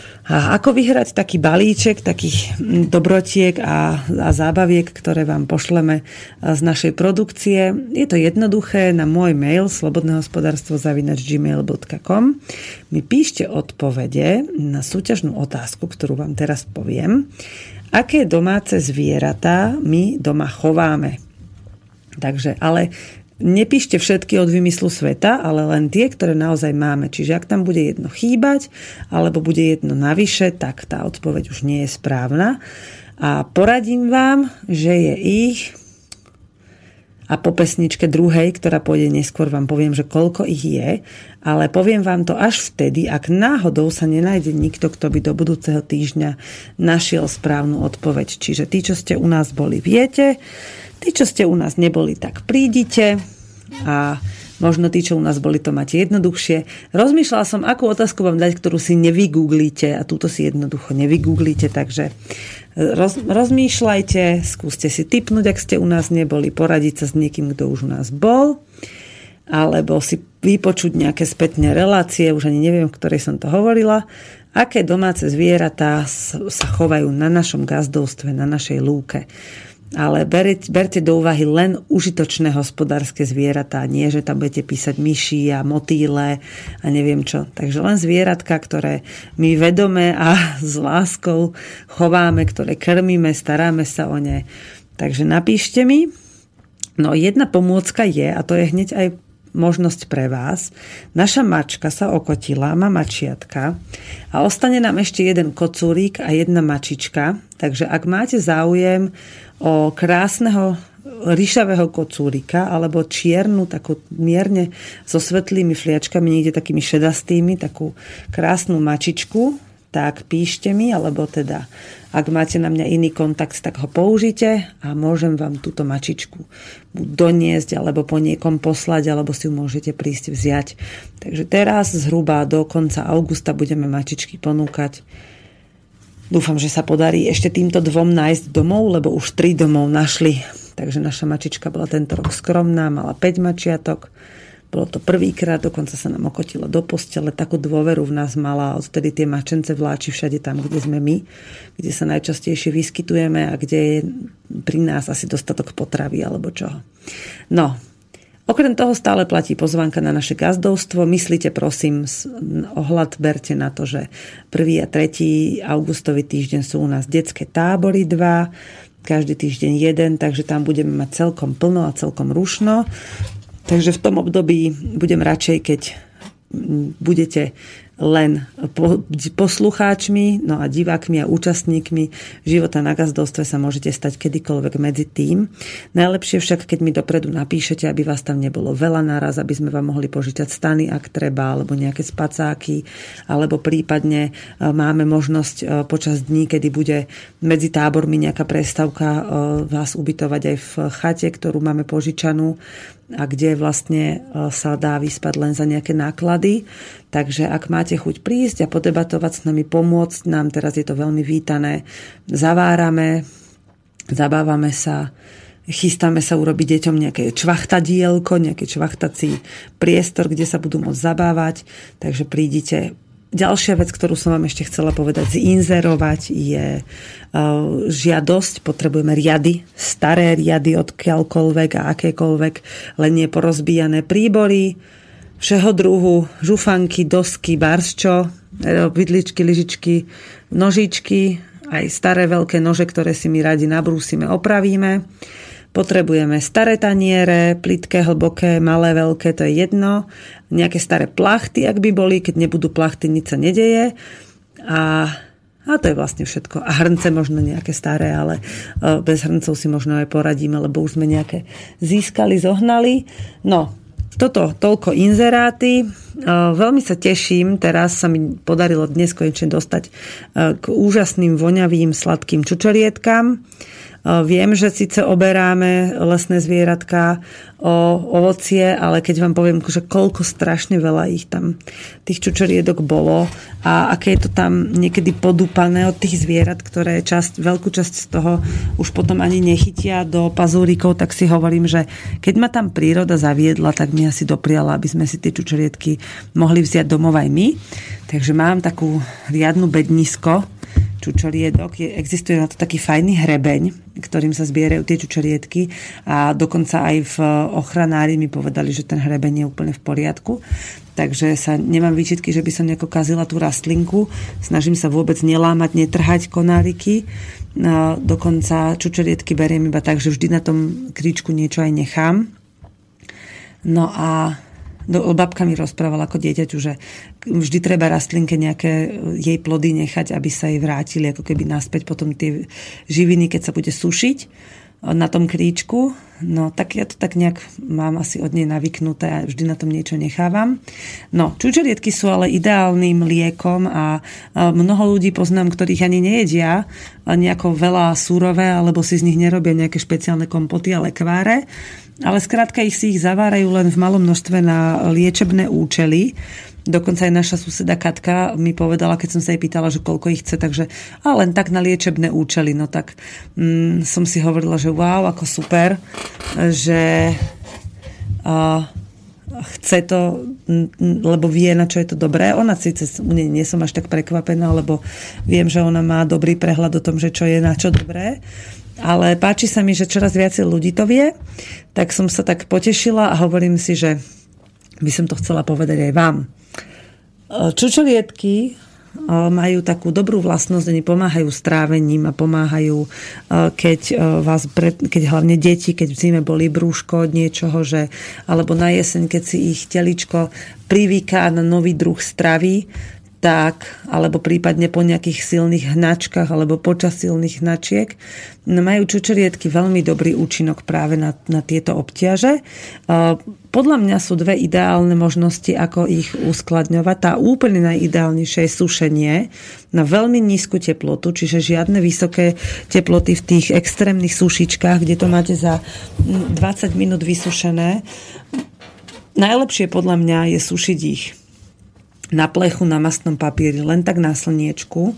A ako vyhrať taký balíček takých dobrotiek a, a zábaviek, ktoré vám pošleme z našej produkcie? Je to jednoduché, na môj mail slobodnehospodárstvo zavináč gmail bodka com mi píšte odpovede na súťažnú otázku, ktorú vám teraz poviem. Aké domáce zvieratá my doma chováme? Takže, ale nepíšte všetky od vymyslu sveta, ale len tie, ktoré naozaj máme. Čiže ak tam bude jedno chýbať, alebo bude jedno navyše, tak tá odpoveď už nie je správna. A poradím vám, že je ich, a po pesničke druhej, ktorá pôjde neskôr, vám poviem, že koľko ich je, ale poviem vám to až vtedy, ak náhodou sa nenájde nikto, kto by do budúceho týždňa našiel správnu odpoveď. Čiže tí, čo ste u nás boli, viete. Tí, čo ste u nás neboli, tak prídite a možno tí, čo u nás boli, to máte jednoduchšie. Rozmýšľala som, akú otázku vám dať, ktorú si nevygooglíte a túto si jednoducho nevygooglíte, takže roz, rozmýšľajte, skúste si tipnúť, ak ste u nás neboli, poradiť sa s niekým, kto už u nás bol, alebo si vypočuť nejaké spätné relácie, už ani neviem, v ktorej som to hovorila, aké domáce zvieratá sa chovajú na našom gazdovstve, na našej lúke. Ale berte, berte do úvahy len užitočné hospodárske zvieratá, nie, že tam budete písať myši a motýle a neviem čo. Takže len zvieratka, ktoré my vedome a s láskou chováme, ktoré krmíme, staráme sa o ne. Takže napíšte mi. No jedna pomôcka je, a to je hneď aj možnosť pre vás. Naša mačka sa okotila, má mačiatka a ostane nám ešte jeden kocúrik a jedna mačička. Takže ak máte záujem o krásneho ryšavého kocúrika alebo čiernu, takú mierne so svetlými fliačkami, niekde takými šedastými, takú krásnu mačičku, tak píšte mi, alebo teda ak máte na mňa iný kontakt, tak ho použite a môžem vám túto mačičku doniesť alebo po niekom poslať, alebo si ju môžete prísť vziať. Takže teraz zhruba do konca augusta budeme mačičky ponúkať. Dúfam, že sa podarí ešte týmto dvom nájsť domov, lebo už tri domov našli. Takže naša mačička bola tento rok skromná, mala päť mačiatok. Bolo to prvýkrát, dokonca sa nám okotila do postele, takú dôveru v nás mala, odtedy tie mačence vláči všade tam, kde sme my, kde sa najčastejšie vyskytujeme a kde je pri nás asi dostatok potravy alebo čoho. No, okrem toho stále platí pozvánka na naše gazdovstvo. Myslíte, prosím, ohľad berte na to, že prvý a tretí augustový týždeň sú u nás detské tábory dva, každý týždeň jeden, takže tam budeme mať celkom plno a celkom rušno. Takže v tom období budem radšej, keď budete len poslucháčmi, no a divákmi a účastníkmi života na gazdovstve sa môžete stať kedykoľvek medzi tým. Najlepšie však, keď mi dopredu napíšete, aby vás tam nebolo veľa naraz, aby sme vám mohli požičať stany, ak treba, alebo nejaké spacáky, alebo prípadne máme možnosť počas dní, kedy bude medzi tábormi nejaká prestávka, vás ubytovať aj v chate, ktorú máme požičanú a kde vlastne sa dá vyspať len za nejaké náklady. Takže ak máte chuť prísť a podebatovať s nami, pomôcť nám, teraz je to veľmi vítané. Zavárame, zabávame sa, chystáme sa urobiť deťom nejaké čvachtadielko, nejaký čvachtací priestor, kde sa budú môcť zabávať. Takže prídite. Ďalšia vec, ktorú som vám ešte chcela povedať, zinzerovať, je uh, žiadosť. Potrebujeme riady, staré riady odkiaľkoľvek a akékoľvek, len nie porozbíjané príbory, všeho druhu, žufanky, dosky, barsčo, vidličky, lyžičky, nožičky, aj staré veľké nože, ktoré si my radi nabrúsime, opravíme. Potrebujeme staré taniere, plitké, hlboké, malé, veľké, to je jedno. Nejaké staré plachty, ak by boli, keď nebudú plachty, nič sa nedeje. A, a to je vlastne všetko. A hrnce možno nejaké staré, ale bez hrncov si možno aj poradíme, lebo už sme nejaké získali, zohnali. No, toto, toľko inzeráty. Veľmi sa teším, teraz sa mi podarilo dnes konečne dostať k úžasným, voňavým, sladkým čučorietkám. Viem, že síce oberáme lesné zvieratka o ovocie, ale keď vám poviem, že koľko strašne veľa ich tam, tých čučoriedok bolo a aké je to tam niekedy podúpané od tých zvierat, ktoré časť, veľkú časť z toho už potom ani nechytia do pazúrikov, tak si hovorím, že keď ma tam príroda zaviedla, tak mi asi dopriala, aby sme si tie čučoriedky mohli vziať domov aj my. Takže mám takú riadnu bednisko čučoriedok. Je, existuje na to taký fajný hrebeň, ktorým sa zbierajú tie čučoriedky a dokonca aj v ochranári mi povedali, že ten hrebeň je úplne v poriadku. Takže sa nemám výčitky, že by som nejako kazila tú rastlinku. Snažím sa vôbec nelámať, netrhať konáriky. No, dokonca čučoriedky beriem iba tak, že vždy na tom kríčku niečo aj nechám. No a babka mi rozprávala ako dieťaťu, že vždy treba rastlinke nejaké jej plody nechať, aby sa jej vrátili ako keby naspäť potom tie živiny, keď sa bude sušiť na tom kríčku. No tak ja to tak nejak mám asi od nej navyknuté a vždy na tom niečo nechávam. No, čučoriedky sú ale ideálnym liekom a mnoho ľudí poznám, ktorých ani nejedia nejako veľa súrové, alebo si z nich nerobia nejaké špeciálne kompoty a lekváre. Ale skrátka ich si ich zavárajú len v malom množstve na liečebné účely. Dokonca aj naša suseda Katka mi povedala, keď som sa jej pýtala, že koľko ich chce, takže a len tak na liečebné účely. No tak mm, som si hovorila, že wow, ako super, že a, chce to, lebo vie, na čo je to dobré. Ona síce, nie, nie som až tak prekvapená, lebo viem, že ona má dobrý prehľad o tom, že čo je na čo dobré. Ale páči sa mi, že čoraz viacej ľudí to vie, tak som sa tak potešila a hovorím si, že by som to chcela povedať aj vám. Čučoriedky majú takú dobrú vlastnosť, oni pomáhajú strávením a pomáhajú, keď vás, keď hlavne deti, keď v zime bolí brúško od niečoho, že, alebo na jeseň, keď si ich teličko privyká na nový druh stravy, tak, alebo prípadne po nejakých silných hnačkách alebo počas silných hnačiek, majú čučoriedky veľmi dobrý účinok práve na, na tieto obťaže. Podľa mňa sú dve ideálne možnosti, ako ich uskladňovať. Tá úplne najideálnejšia je sušenie na veľmi nízku teplotu, čiže žiadne vysoké teploty v tých extrémnych sušičkách, kde to máte za dvadsať minút vysušené. Najlepšie podľa mňa je sušiť ich na plechu, na mastnom papieri, len tak na slniečku.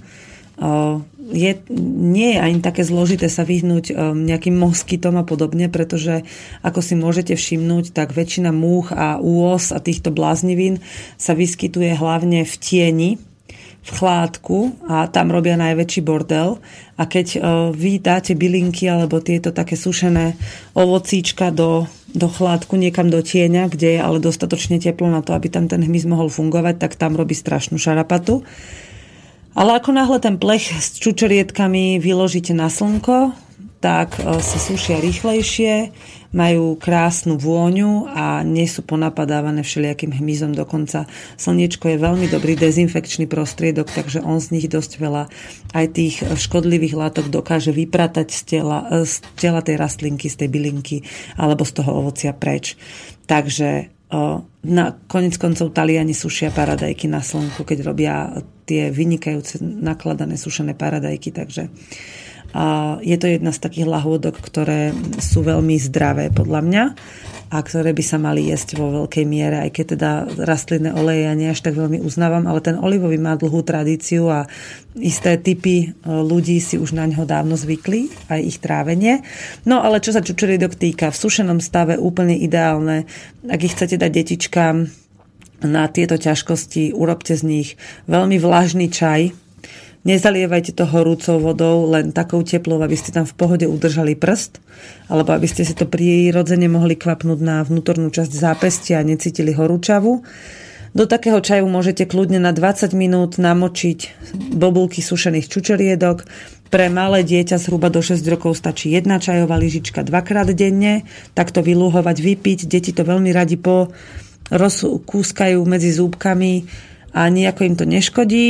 Je, nie je ani také zložité sa vyhnúť nejakým moskytom a podobne, pretože ako si môžete všimnúť, tak väčšina múch a úos a týchto bláznivín sa vyskytuje hlavne v tieni, v chládku a tam robia najväčší bordel. A keď vy dáte bylinky alebo tieto také sušené ovocíčka do, do chládku niekam do tieňa, kde je ale dostatočne teplo na to, aby tam ten hmyz mohol fungovať, tak tam robí strašnú šarapatu. Ale ako náhle ten plech s čučoriedkami vyložíte na slnko, tak sa sušia rýchlejšie, majú krásnu vôňu a nie sú ponapadávané všelijakým hmyzom. Dokonca slniečko je veľmi dobrý dezinfekčný prostriedok, takže on z nich dosť veľa aj tých škodlivých látok dokáže vypratať z tela, z tela tej rastlinky, z tej bylinky alebo z toho ovocia preč. Takže na koniec koncov Taliani sušia paradajky na slnku, keď robia tie vynikajúce nakladané sušené paradajky, takže je to jedna z takých lahôdok, ktoré sú veľmi zdravé podľa mňa a ktoré by sa mali jesť vo veľkej miere, aj keď teda rastlinné oleje ja nie až tak veľmi uznávam, ale ten olivový má dlhú tradíciu a isté typy ľudí si už na ňo dávno zvykli, aj ich trávenie. No ale čo sa čučoriedok týka, v sušenom stave úplne ideálne, ak ich chcete dať detičkám na tieto ťažkosti, urobte z nich veľmi vlažný čaj. Nezalievajte to horúcou vodou, len takou teplou, aby ste tam v pohode udržali prst, alebo aby ste si to prirodzene mohli kvapnúť na vnútornú časť zápestia a necítili horúčavu. Do takého čaju môžete kľudne na dvadsať minút namočiť bobulky sušených čučoriedok. Pre malé dieťa zhruba do šesť rokov stačí jedna čajová lyžička dvakrát denne, takto vylúhovať, vypiť. Deti to veľmi radi po rozkúskajú medzi zúbkami a nejako im to neškodí.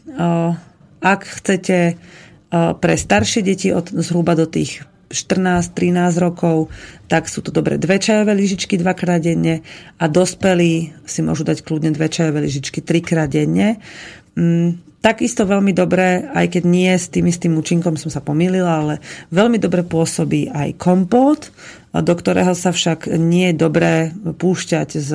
Ak chcete pre staršie deti od zhruba do tých štrnásť trinásť rokov, tak sú to dobre dve čajové lyžičky dvakrát denne a dospelí si môžu dať kľudne dve čajové lyžičky trikrát denne. Takisto veľmi dobre, aj keď nie s tým istým účinkom som sa pomýlila, ale veľmi dobre pôsobí aj kompót, do ktorého sa však nie je dobré púšťať s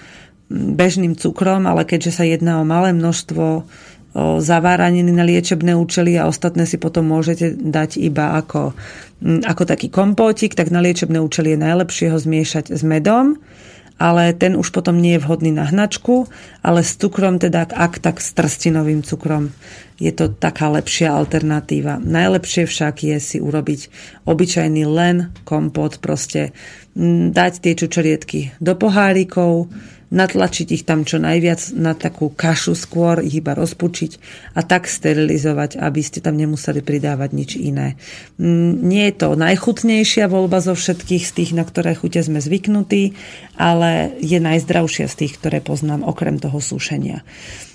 bežným cukrom, ale keďže sa jedná o malé množstvo zaváraniny na liečebné účely a ostatné si potom môžete dať iba ako, ako taký kompótik, tak na liečebné účely je najlepšie ho zmiešať s medom, ale ten už potom nie je vhodný na hnačku, ale s cukrom, teda ak tak s trstinovým cukrom je to taká lepšia alternatíva. Najlepšie však je si urobiť obyčajný len kompót, proste dať tie čučoriedky do pohárikov, natlačiť ich tam čo najviac na takú kašu skôr, ich iba rozpučiť a tak sterilizovať, aby ste tam nemuseli pridávať nič iné. Nie je to najchutnejšia voľba zo všetkých z tých, na ktoré chute sme zvyknutí, ale je najzdravšia z tých, ktoré poznám, okrem toho sušenia.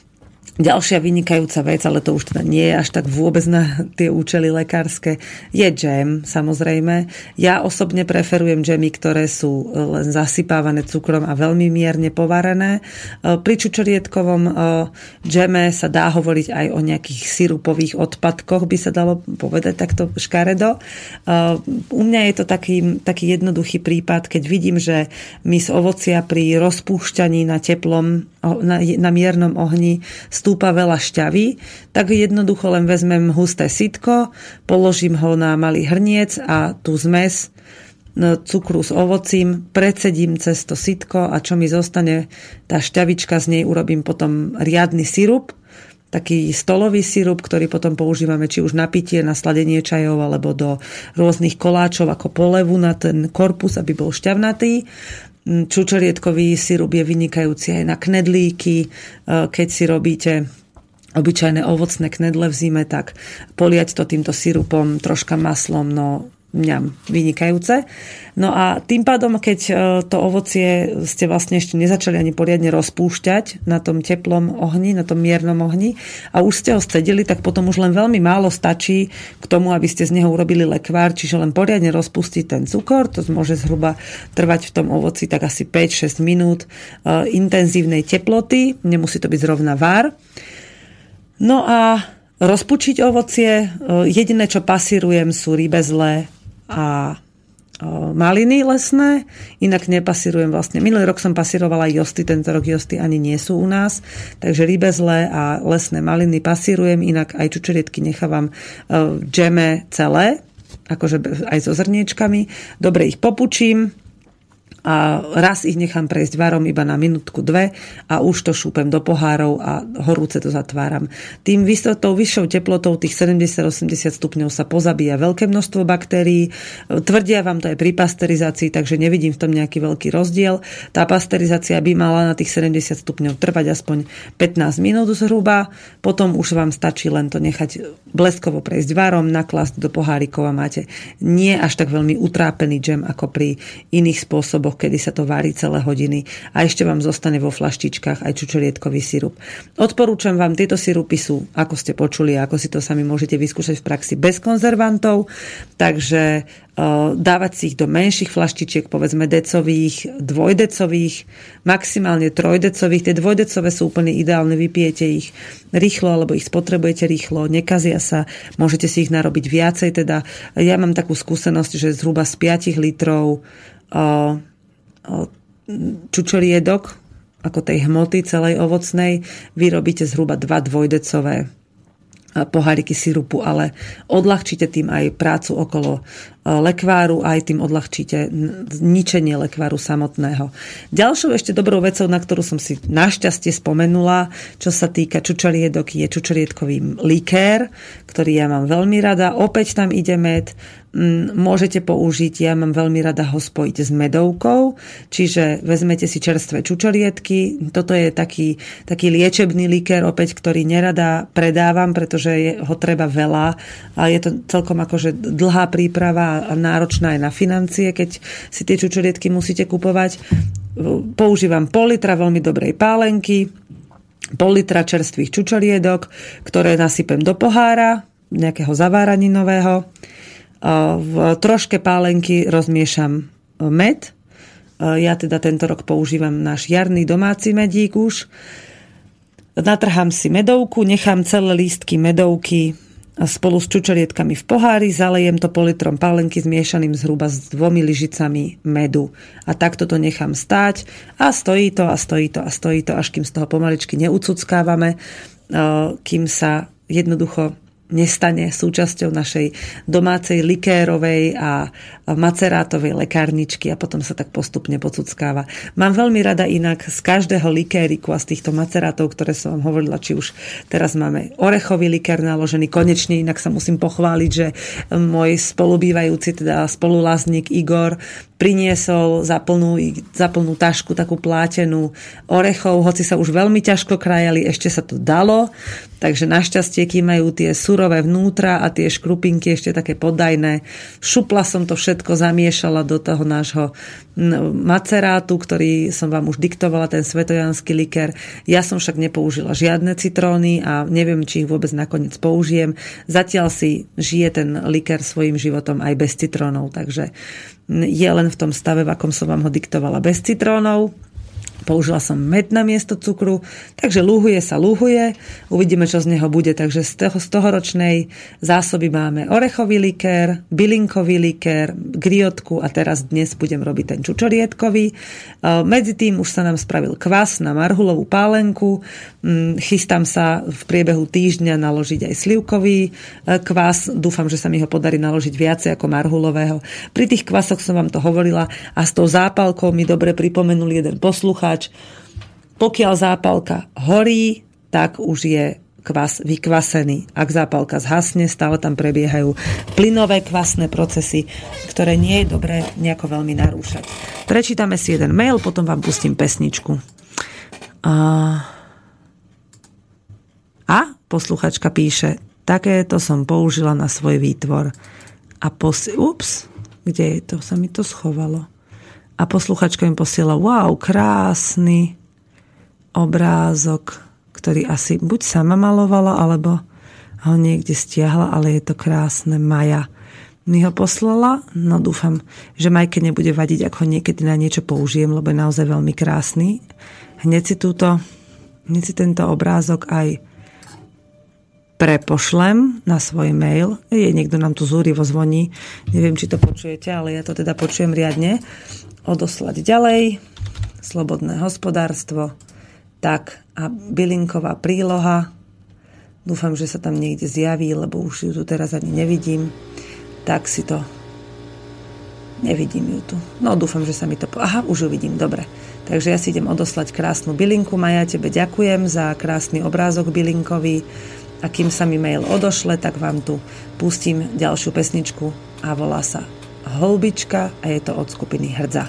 Ďalšia vynikajúca vec, ale to už teda nie je až tak vôbec na tie účely lekárske, je džem, samozrejme. Ja osobne preferujem džemy, ktoré sú len zasypávané cukrom a veľmi mierne povarené. Pri čučoriedkovom džeme sa dá hovoriť aj o nejakých sirupových odpadkoch, by sa dalo povedať takto škaredo. U mňa je to taký, taký jednoduchý prípad, keď vidím, že mi z ovocia pri rozpúšťaní na teplom, na, na miernom ohni stúpa veľa šťavy, tak jednoducho len vezmem husté sitko, položím ho na malý hrniec a tú zmes cukru s ovocím precedím cez to sitko a čo mi zostane, tá šťavička, z nej urobím potom riadny sirup, taký stolový sirup, ktorý potom používame či už na pitie, na sladenie čajov alebo do rôznych koláčov ako polevu na ten korpus, aby bol šťavnatý. Čučoriedkový sirup je vynikajúci aj na knedlíky. Keď si robíte obyčajné ovocné knedle v zime, tak poliať to týmto sirupom, troška maslom, no mňam, vynikajúce. No a tým pádom, keď to ovocie ste vlastne ešte nezačali ani poriadne rozpúšťať na tom teplom ohni, na tom miernom ohni a už ste ho scedili, tak potom už len veľmi málo stačí k tomu, aby ste z neho urobili lekvár, čiže len poriadne rozpustiť ten cukor, to môže zhruba trvať v tom ovoci tak asi päť šesť minút intenzívnej teploty, nemusí to byť zrovna vár. No a rozpučiť ovocie, jediné, čo pasírujem, sú rybezle a maliny lesné, inak nepasírujem vlastne. Minulý rok som pasírovala josty, tento rok josty ani nie sú u nás, takže rybezle a lesné maliny pasírujem, inak aj čučoriedky nechávam v džeme celé, akože aj so zrniečkami. Dobre ich popučím, a raz ich nechám prejsť varom iba na minútku, dve a už to šúpem do pohárov a horúce to zatváram. Tým tou vyššou teplotou tých sedemdesiat osemdesiat stupňov sa pozabíja veľké množstvo baktérií. Tvrdia vám to aj pri pasterizácii, takže nevidím v tom nejaký veľký rozdiel. Tá pasterizácia by mala na tých sedemdesiat stupňov trvať aspoň pätnásť minút zhruba. Potom už vám stačí len to nechať bleskovo prejsť varom, naklásť do pohárikov a máte nie až tak veľmi utrápený džem ako pri iných spôsoboch, kedy sa to varí celé hodiny a ešte vám zostane vo flaštičkách aj čučoriedkový sirup. Odporúčam vám, tieto sirupy sú, ako ste počuli, ako si to sami môžete vyskúšať v praxi, bez konzervantov, takže uh, dávať si ich do menších flaštičiek, povedzme decových, dvojdecových, maximálne trojdecových. Tie dvojdecové sú úplne ideálne, vypijete ich rýchlo, alebo ich spotrebujete rýchlo, nekazia sa, môžete si ich narobiť viacej. Teda ja mám takú skúsenosť, že zhruba z päť litrov uh, čučoriedok, ako tej hmoty celej ovocnej, vyrobíte zhruba dva dvojdecové poháriky sirupu, ale odľahčíte tým aj prácu okolo lekváru, aj tým odľahčíte ničenie lekváru samotného. Ďalšou ešte dobrou vecou, na ktorú som si našťastie spomenula, čo sa týka čučoriedok, je čučoriedkový likér, ktorý ja mám veľmi rada. Opäť tam ide med. Môžete použiť, ja mám veľmi rada ho spojiť s medovkou, čiže vezmete si čerstvé čučoriedky. Toto je taký, taký liečebný likér, opäť, ktorý nerada predávam, pretože je, ho treba veľa a je to celkom akože dlhá príprava a náročná aj na financie, keď si tie čučoriedky musíte kupovať. Používam pol litra veľmi dobrej pálenky, pol litra čerstvých čučoriedok, ktoré nasypem do pohára, nejakého zaváraninového. V troške pálenky rozmiešam med. Ja teda tento rok používam náš jarný domáci medík už. Natrhám si medovku, nechám celé lístky medovky spolu s čučoriedkami v pohári, zalejem to pol litrom pálenky zmiešaným zhruba s dvomi lyžicami medu. A takto to nechám stáť a stojí to a stojí to a stojí to, až kým z toho pomaličky neucuckávame, kým sa jednoducho nestane súčasťou našej domácej likérovej a macerátovej lekárničky a potom sa tak postupne pocuckáva. Mám veľmi rada inak z každého likériku a z týchto macerátov, ktoré som vám hovorila, či už teraz máme orechový likér naložený, konečne inak sa musím pochváliť, že môj spolubývajúci, teda spoluláznik Igor priniesol za plnú, za plnú tašku takú plátenú orechov, hoci sa už veľmi ťažko krajali, ešte sa to dalo, takže našťastie, kým majú tie surové vnútra a tie škrupinky ešte také podajné, šupla som to všetko, zamiešala do toho nášho macerátu, ktorý som vám už diktovala, ten svetojanský likér. Ja som však nepoužila žiadne citróny a neviem, či ich vôbec nakoniec použijem. Zatiaľ si žije ten likér svojím životom aj bez citrónov, takže je len v tom stave, v akom som vám ho diktovala, bez citrónov. Použila som med na miesto cukru, takže lúhuje sa lúhuje. Uvidíme, čo z neho bude. Takže z toho, z tohoročnej zásoby máme orechový likér, bylinkový likér, griotku a teraz dnes budem robiť ten čučoriedkový. Medzi tým už sa nám spravil kvas na marhulovú pálenku. Chystám sa v priebehu týždňa naložiť aj slivkový kvas. Dúfam, že sa mi ho podarí naložiť viacej ako marhulového. Pri tých kvasoch som vám to hovorila a s tou zápalkou mi dobre pripomenul jeden poslucháč. Pokiaľ zápalka horí, tak už je kvas vykvasený. Ak zápalka zhasne, stále tam prebiehajú plynové kvasné procesy, ktoré nie je dobré nejako veľmi narúšať. Prečítame si jeden mail, potom vám pustím pesničku. A, a posluchačka píše, takéto som použila na svoj výtvor. A posi... Ups, kde je to? Sa mi to schovalo. A posluchačka mi posiela, wow, krásny obrázok, ktorý asi buď sama malovala, alebo ho niekde stiahla, ale je to krásne. Maja mi ho poslala, no dúfam, že Majke nebude vadiť, ak ho niekedy na niečo použijem, lebo je naozaj veľmi krásny. Hneď si túto, hneď si tento obrázok aj prepošlem na svoj mail. Je, niekto nám tu zúrivo zvoní. Neviem, či to počujete, ale ja to teda počujem riadne. Odoslať ďalej. Slobodné hospodárstvo. Tak a bylinková príloha. Dúfam, že sa tam niekde zjaví, lebo už ju tu teraz ani nevidím. Tak si to Nevidím ju tu. No dúfam, že sa mi to... Po... Aha, už ju vidím, dobre. Takže ja si idem odoslať krásnu bylinku. Maja, tebe ďakujem za krásny obrázok bylinkový. A kým sa mi mail odošle, tak vám tu pustím ďalšiu pesničku a volá sa Holubička a je to od skupiny Hrdza.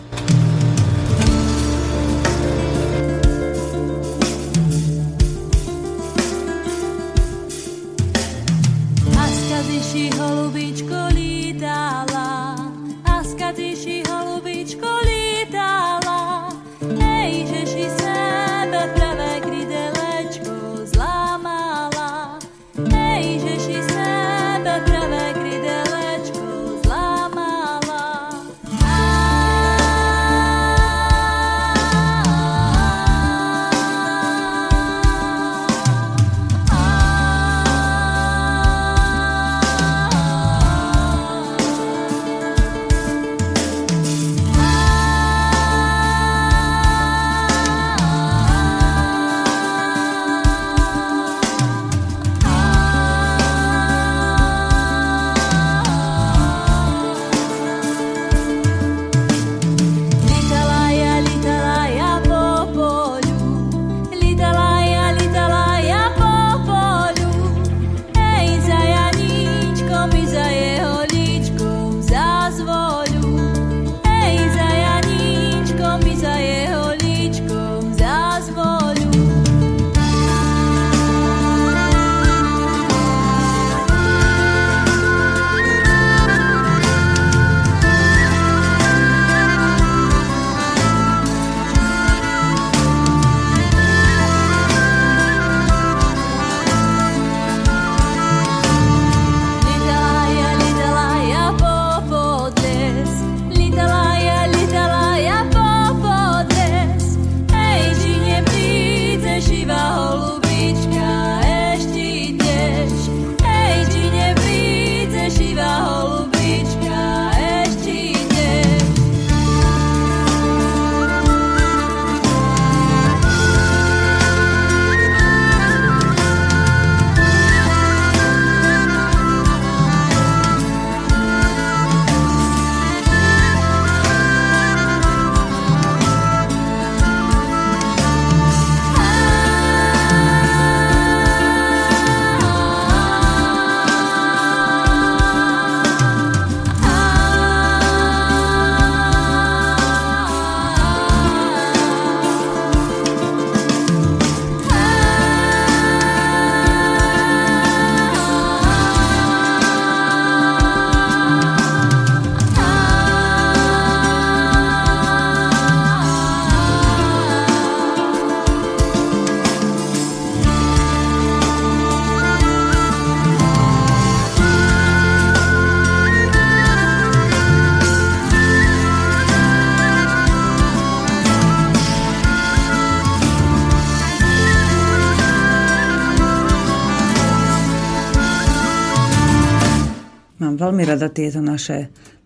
veľmi rada tieto naše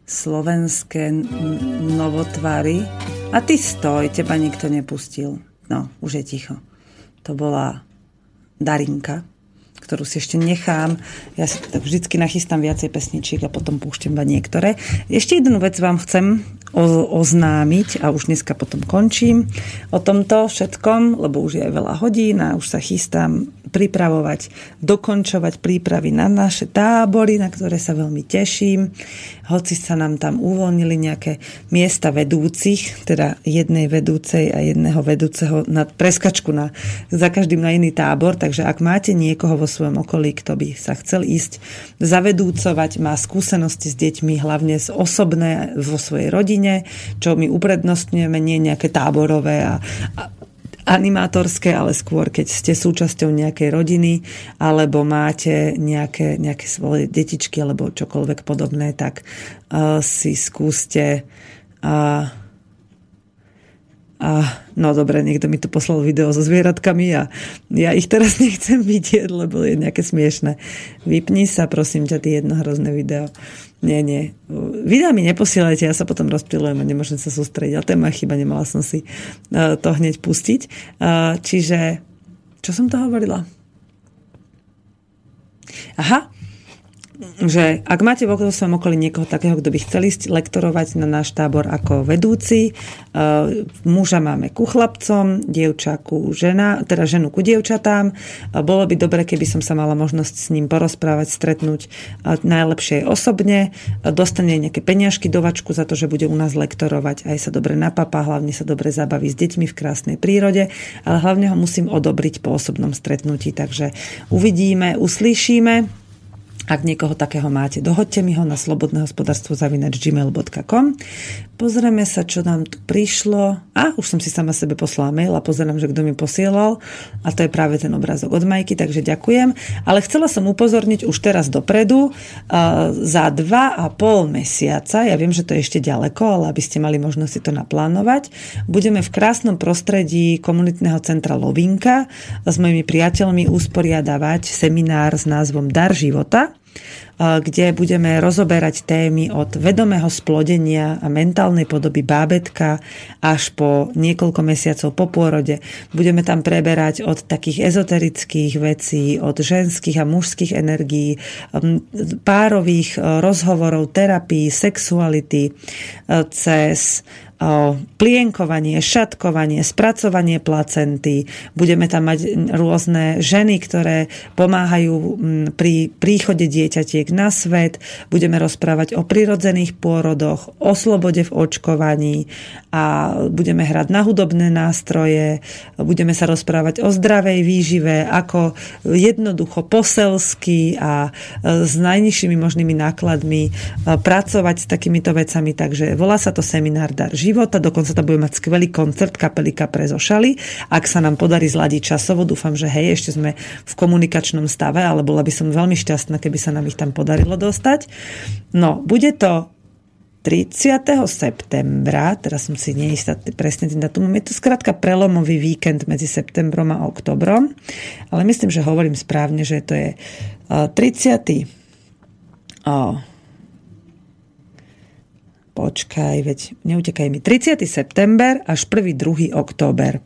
slovenské novotvary. A ty stoj, teba nikto nepustil. No, už je ticho. To bola Darinka, ktorú si ešte nechám. Ja si tak vždycky nachystám viacej pesničiek a potom púšťam iba niektoré. Ešte jednu vec vám chcem oznámiť a už dneska potom končím o tomto všetkom, lebo už je aj veľa hodín a už sa chystám pripravovať, dokončovať prípravy na naše tábory, na ktoré sa veľmi teším. Hoci sa nám tam uvoľnili nejaké miesta vedúcich, teda jednej vedúcej a jedného vedúceho na preskačku na, za každým na iný tábor, takže ak máte niekoho vo svojom okolí, kto by sa chcel ísť zavedúcovať, má skúsenosti s deťmi, hlavne z osobné vo svojej rodine, čo my uprednostňujeme, nie nejaké táborové a, a animátorské, ale skôr, keď ste súčasťou nejakej rodiny alebo máte nejaké, nejaké svoje detičky alebo čokoľvek podobné, tak uh, si skúste uh, uh, no dobre, niekto mi tu poslal video so zvieratkami a ja ich teraz nechcem vidieť, lebo je nejaké smiešné. Vypni sa, prosím ťa, ty jedno hrozné video. Nie, nie. Videa mi neposielajte, ja sa potom rozptýlujem a nemôžem sa sústrediť. Ale to je moja chyba, nemala som si uh, to hneď pustiť. Uh, čiže, čo som to hovorila? Aha, že ak máte vo svojom okolí niekoho takého, kto by chceli lektorovať na náš tábor ako vedúci, muža máme ku chlapcom, dievča ku žena, teda ženu ku dievčatám. Bolo by dobre, keby som sa mala možnosť s ním porozprávať, stretnúť najlepšie osobne. Dostane nejaké peniažky do vačku za to, že bude u nás lektorovať. Aj sa dobre napapá, hlavne sa dobre zabaví s deťmi v krásnej prírode, ale hlavne ho musím odobriť po osobnom stretnutí. Takže uvidíme, uslyšíme. Ak niekoho takého máte, dohoďte mi ho na slobodnehospodárstvo zavináč gmail bodka com. Pozrieme sa, čo nám tu prišlo. A, už som si sama sebe poslala mail a pozerám, že kto mi posielal. A to je práve ten obrázok od Majky, takže ďakujem. Ale chcela som upozorniť už teraz dopredu, uh, za dva a pol mesiaca, ja viem, že to je ešte ďaleko, ale aby ste mali možnosť si to naplánovať, budeme v krásnom prostredí komunitného centra Lovinka s mojimi priateľmi usporiadavať seminár s názvom Dar života, kde budeme rozoberať témy od vedomého splodenia a mentálnej podoby bábätka až po niekoľko mesiacov po pôrode. Budeme tam preberať od takých ezoterických vecí, od ženských a mužských energií, párových rozhovorov, terapii, sexuality, cez plienkovanie, šatkovanie, spracovanie placenty. Budeme tam mať rôzne ženy, ktoré pomáhajú pri príchode dieťatiek na svet. Budeme rozprávať o prirodzených pôrodoch, o slobode v očkovaní a budeme hrať na hudobné nástroje. Budeme sa rozprávať o zdravej výžive, ako jednoducho poselsky a s najnižšími možnými nákladmi pracovať s takýmito vecami. Takže volá sa to seminár Dar života, dokonca to bude mať skvelý koncert kapely Kapre zo Šaly. Ak sa nám podarí zladiť časovo, dúfam, že hej, ešte sme v komunikačnom stave, ale bola by som veľmi šťastná, keby sa nám ich tam podarilo dostať. No, bude to tridsiateho septembra, teraz som si neistá presne tým datumom, je to skrátka prelomový víkend medzi septembrom a oktobrom, ale myslím, že hovorím správne, že to je tridsiateho Oh. Počkaj, veď neutekaj mi. tridsiateho september až prvý druhý október.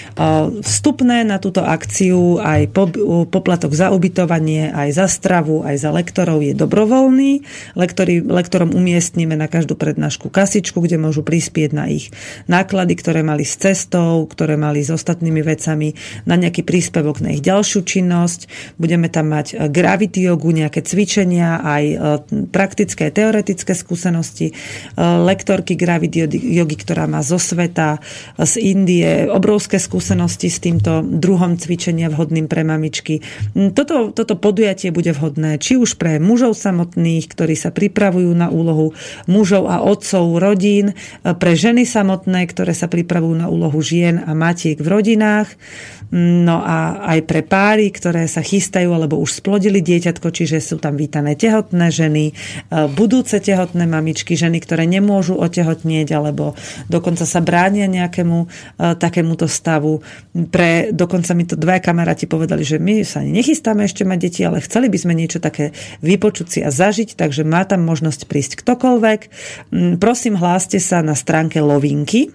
Vstupné na túto akciu aj poplatok za ubytovanie, aj za stravu, aj za lektorov je dobrovoľný. Lektori, lektorom umiestnime na každú prednášku kasičku, kde môžu prispieť na ich náklady, ktoré mali s cestou, ktoré mali s ostatnými vecami, na nejaký príspevok na ich ďalšiu činnosť. Budeme tam mať gravity jogu, nejaké cvičenia, aj praktické, teoretické skúsenosti. Lektorky Gravity jogy, ktorá má zo sveta, z Indie, obrovské skúsenosti s týmto druhom cvičenia vhodným pre mamičky. Toto, toto podujatie bude vhodné či už pre mužov samotných, ktorí sa pripravujú na úlohu mužov a otcov rodín, pre ženy samotné, ktoré sa pripravujú na úlohu žien a matiek v rodinách, no a aj pre páry, ktoré sa chystajú alebo už splodili dieťatko, čiže sú tam vítané tehotné ženy, budúce tehotné mamičky, ženy, ktoré nemôžu otehotnieť alebo dokonca sa bránia nejakému uh, takémuto stavu. Pre, dokonca mi to dvaja kamaráti povedali, že my sa ani nechystáme ešte mať deti, ale chceli by sme niečo také vypočuť si a zažiť, takže má tam možnosť prísť ktokoľvek. Prosím, hláste sa na stránke Lovinky,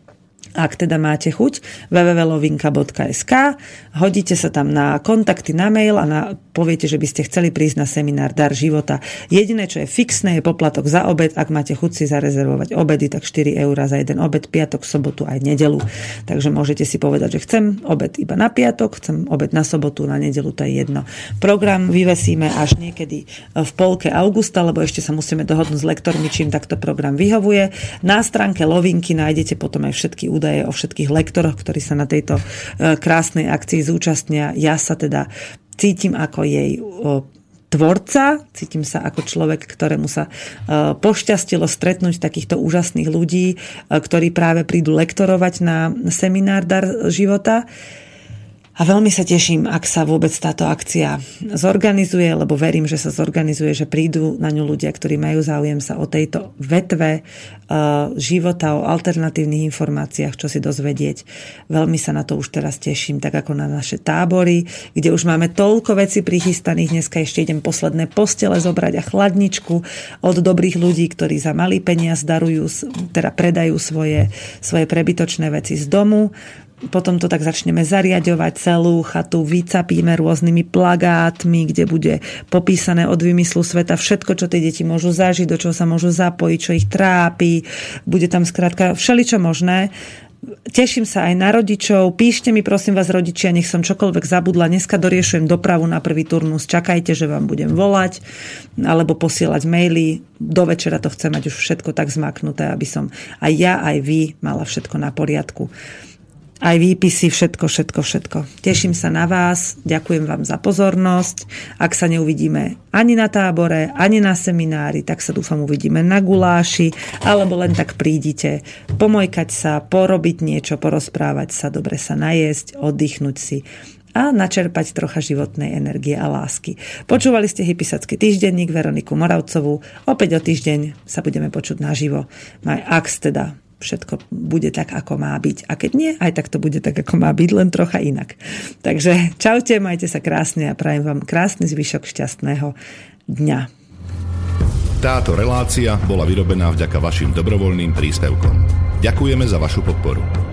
ak teda máte chuť, w w w bodka lovinka bodka es ka, hodíte sa tam na kontakty na mail a na, poviete, že by ste chceli prísť na seminár Dar života. Jediné, čo je fixné, je poplatok za obed. Ak máte chuť si zarezervovať obedy, tak štyri eurá za jeden obed, piatok, sobotu aj nedeľu. Takže môžete si povedať, že chcem obed iba na piatok, chcem obed na sobotu, na nedeľu, to je jedno. Program vyvesíme až niekedy v polke augusta, lebo ešte sa musíme dohodnúť s lektormi, čím takto program vyhovuje. Na stránke Lovinky nájdete potom aj všetky údaje o všetkých lektoroch, ktorí sa na tejto krásnej akcii zúčastnia. Ja sa teda cítim ako jej tvorca, cítim sa ako človek, ktorému sa pošťastilo stretnúť takýchto úžasných ľudí, ktorí práve prídu lektorovať na seminár Dar života. A veľmi sa teším, ak sa vôbec táto akcia zorganizuje, lebo verím, že sa zorganizuje, že prídu na ňu ľudia, ktorí majú záujem sa o tejto vetve uh, života, o alternatívnych informáciách, čo si dozvedieť. Veľmi sa na to už teraz teším, tak ako na naše tábory, kde už máme toľko vecí prichystaných. Dneska ešte idem posledné postele zobrať a chladničku od dobrých ľudí, ktorí za malý peniaz darujú, teda predajú svoje, svoje prebytočné veci z domu. potom to tak začneme zariaďovať celú chatu, vycapíme rôznymi plagátmi, kde bude popísané od vymyslu sveta všetko, čo tie deti môžu zažiť, do čoho sa môžu zapojiť, čo ich trápi. Bude tam skrátka všeličo možné. Teším sa aj na rodičov. Píšte mi, prosím vás, rodičia, nech som čokoľvek zabudla. Dneska doriešujem dopravu na prvý turnus. Čakajte, že vám budem volať alebo posielať maily. Do večera to chcem mať už všetko tak zmaknuté, aby som aj ja, aj vy mala všetko na poriadku. Aj výpisy, všetko, všetko, všetko. Teším sa na vás, ďakujem vám za pozornosť. Ak sa neuvidíme ani na tábore, ani na seminári, tak sa dúfam uvidíme na guláši, alebo len tak prídite pomojkať sa, porobiť niečo, porozprávať sa, dobre sa najesť, oddychnúť si a načerpať trocha životnej energie a lásky. Počúvali ste Hypisacký týždenník, Veroniku Moravcovú. Opäť o týždeň sa budeme počuť naživo. Ak teda všetko bude tak, ako má byť. A keď nie, aj tak to bude tak, ako má byť, len trocha inak. Takže čaute, majte sa krásne a prajem vám krásny zvyšok šťastného dňa. Táto relácia bola vyrobená vďaka vašim dobrovoľným príspevkom. Ďakujeme za vašu podporu.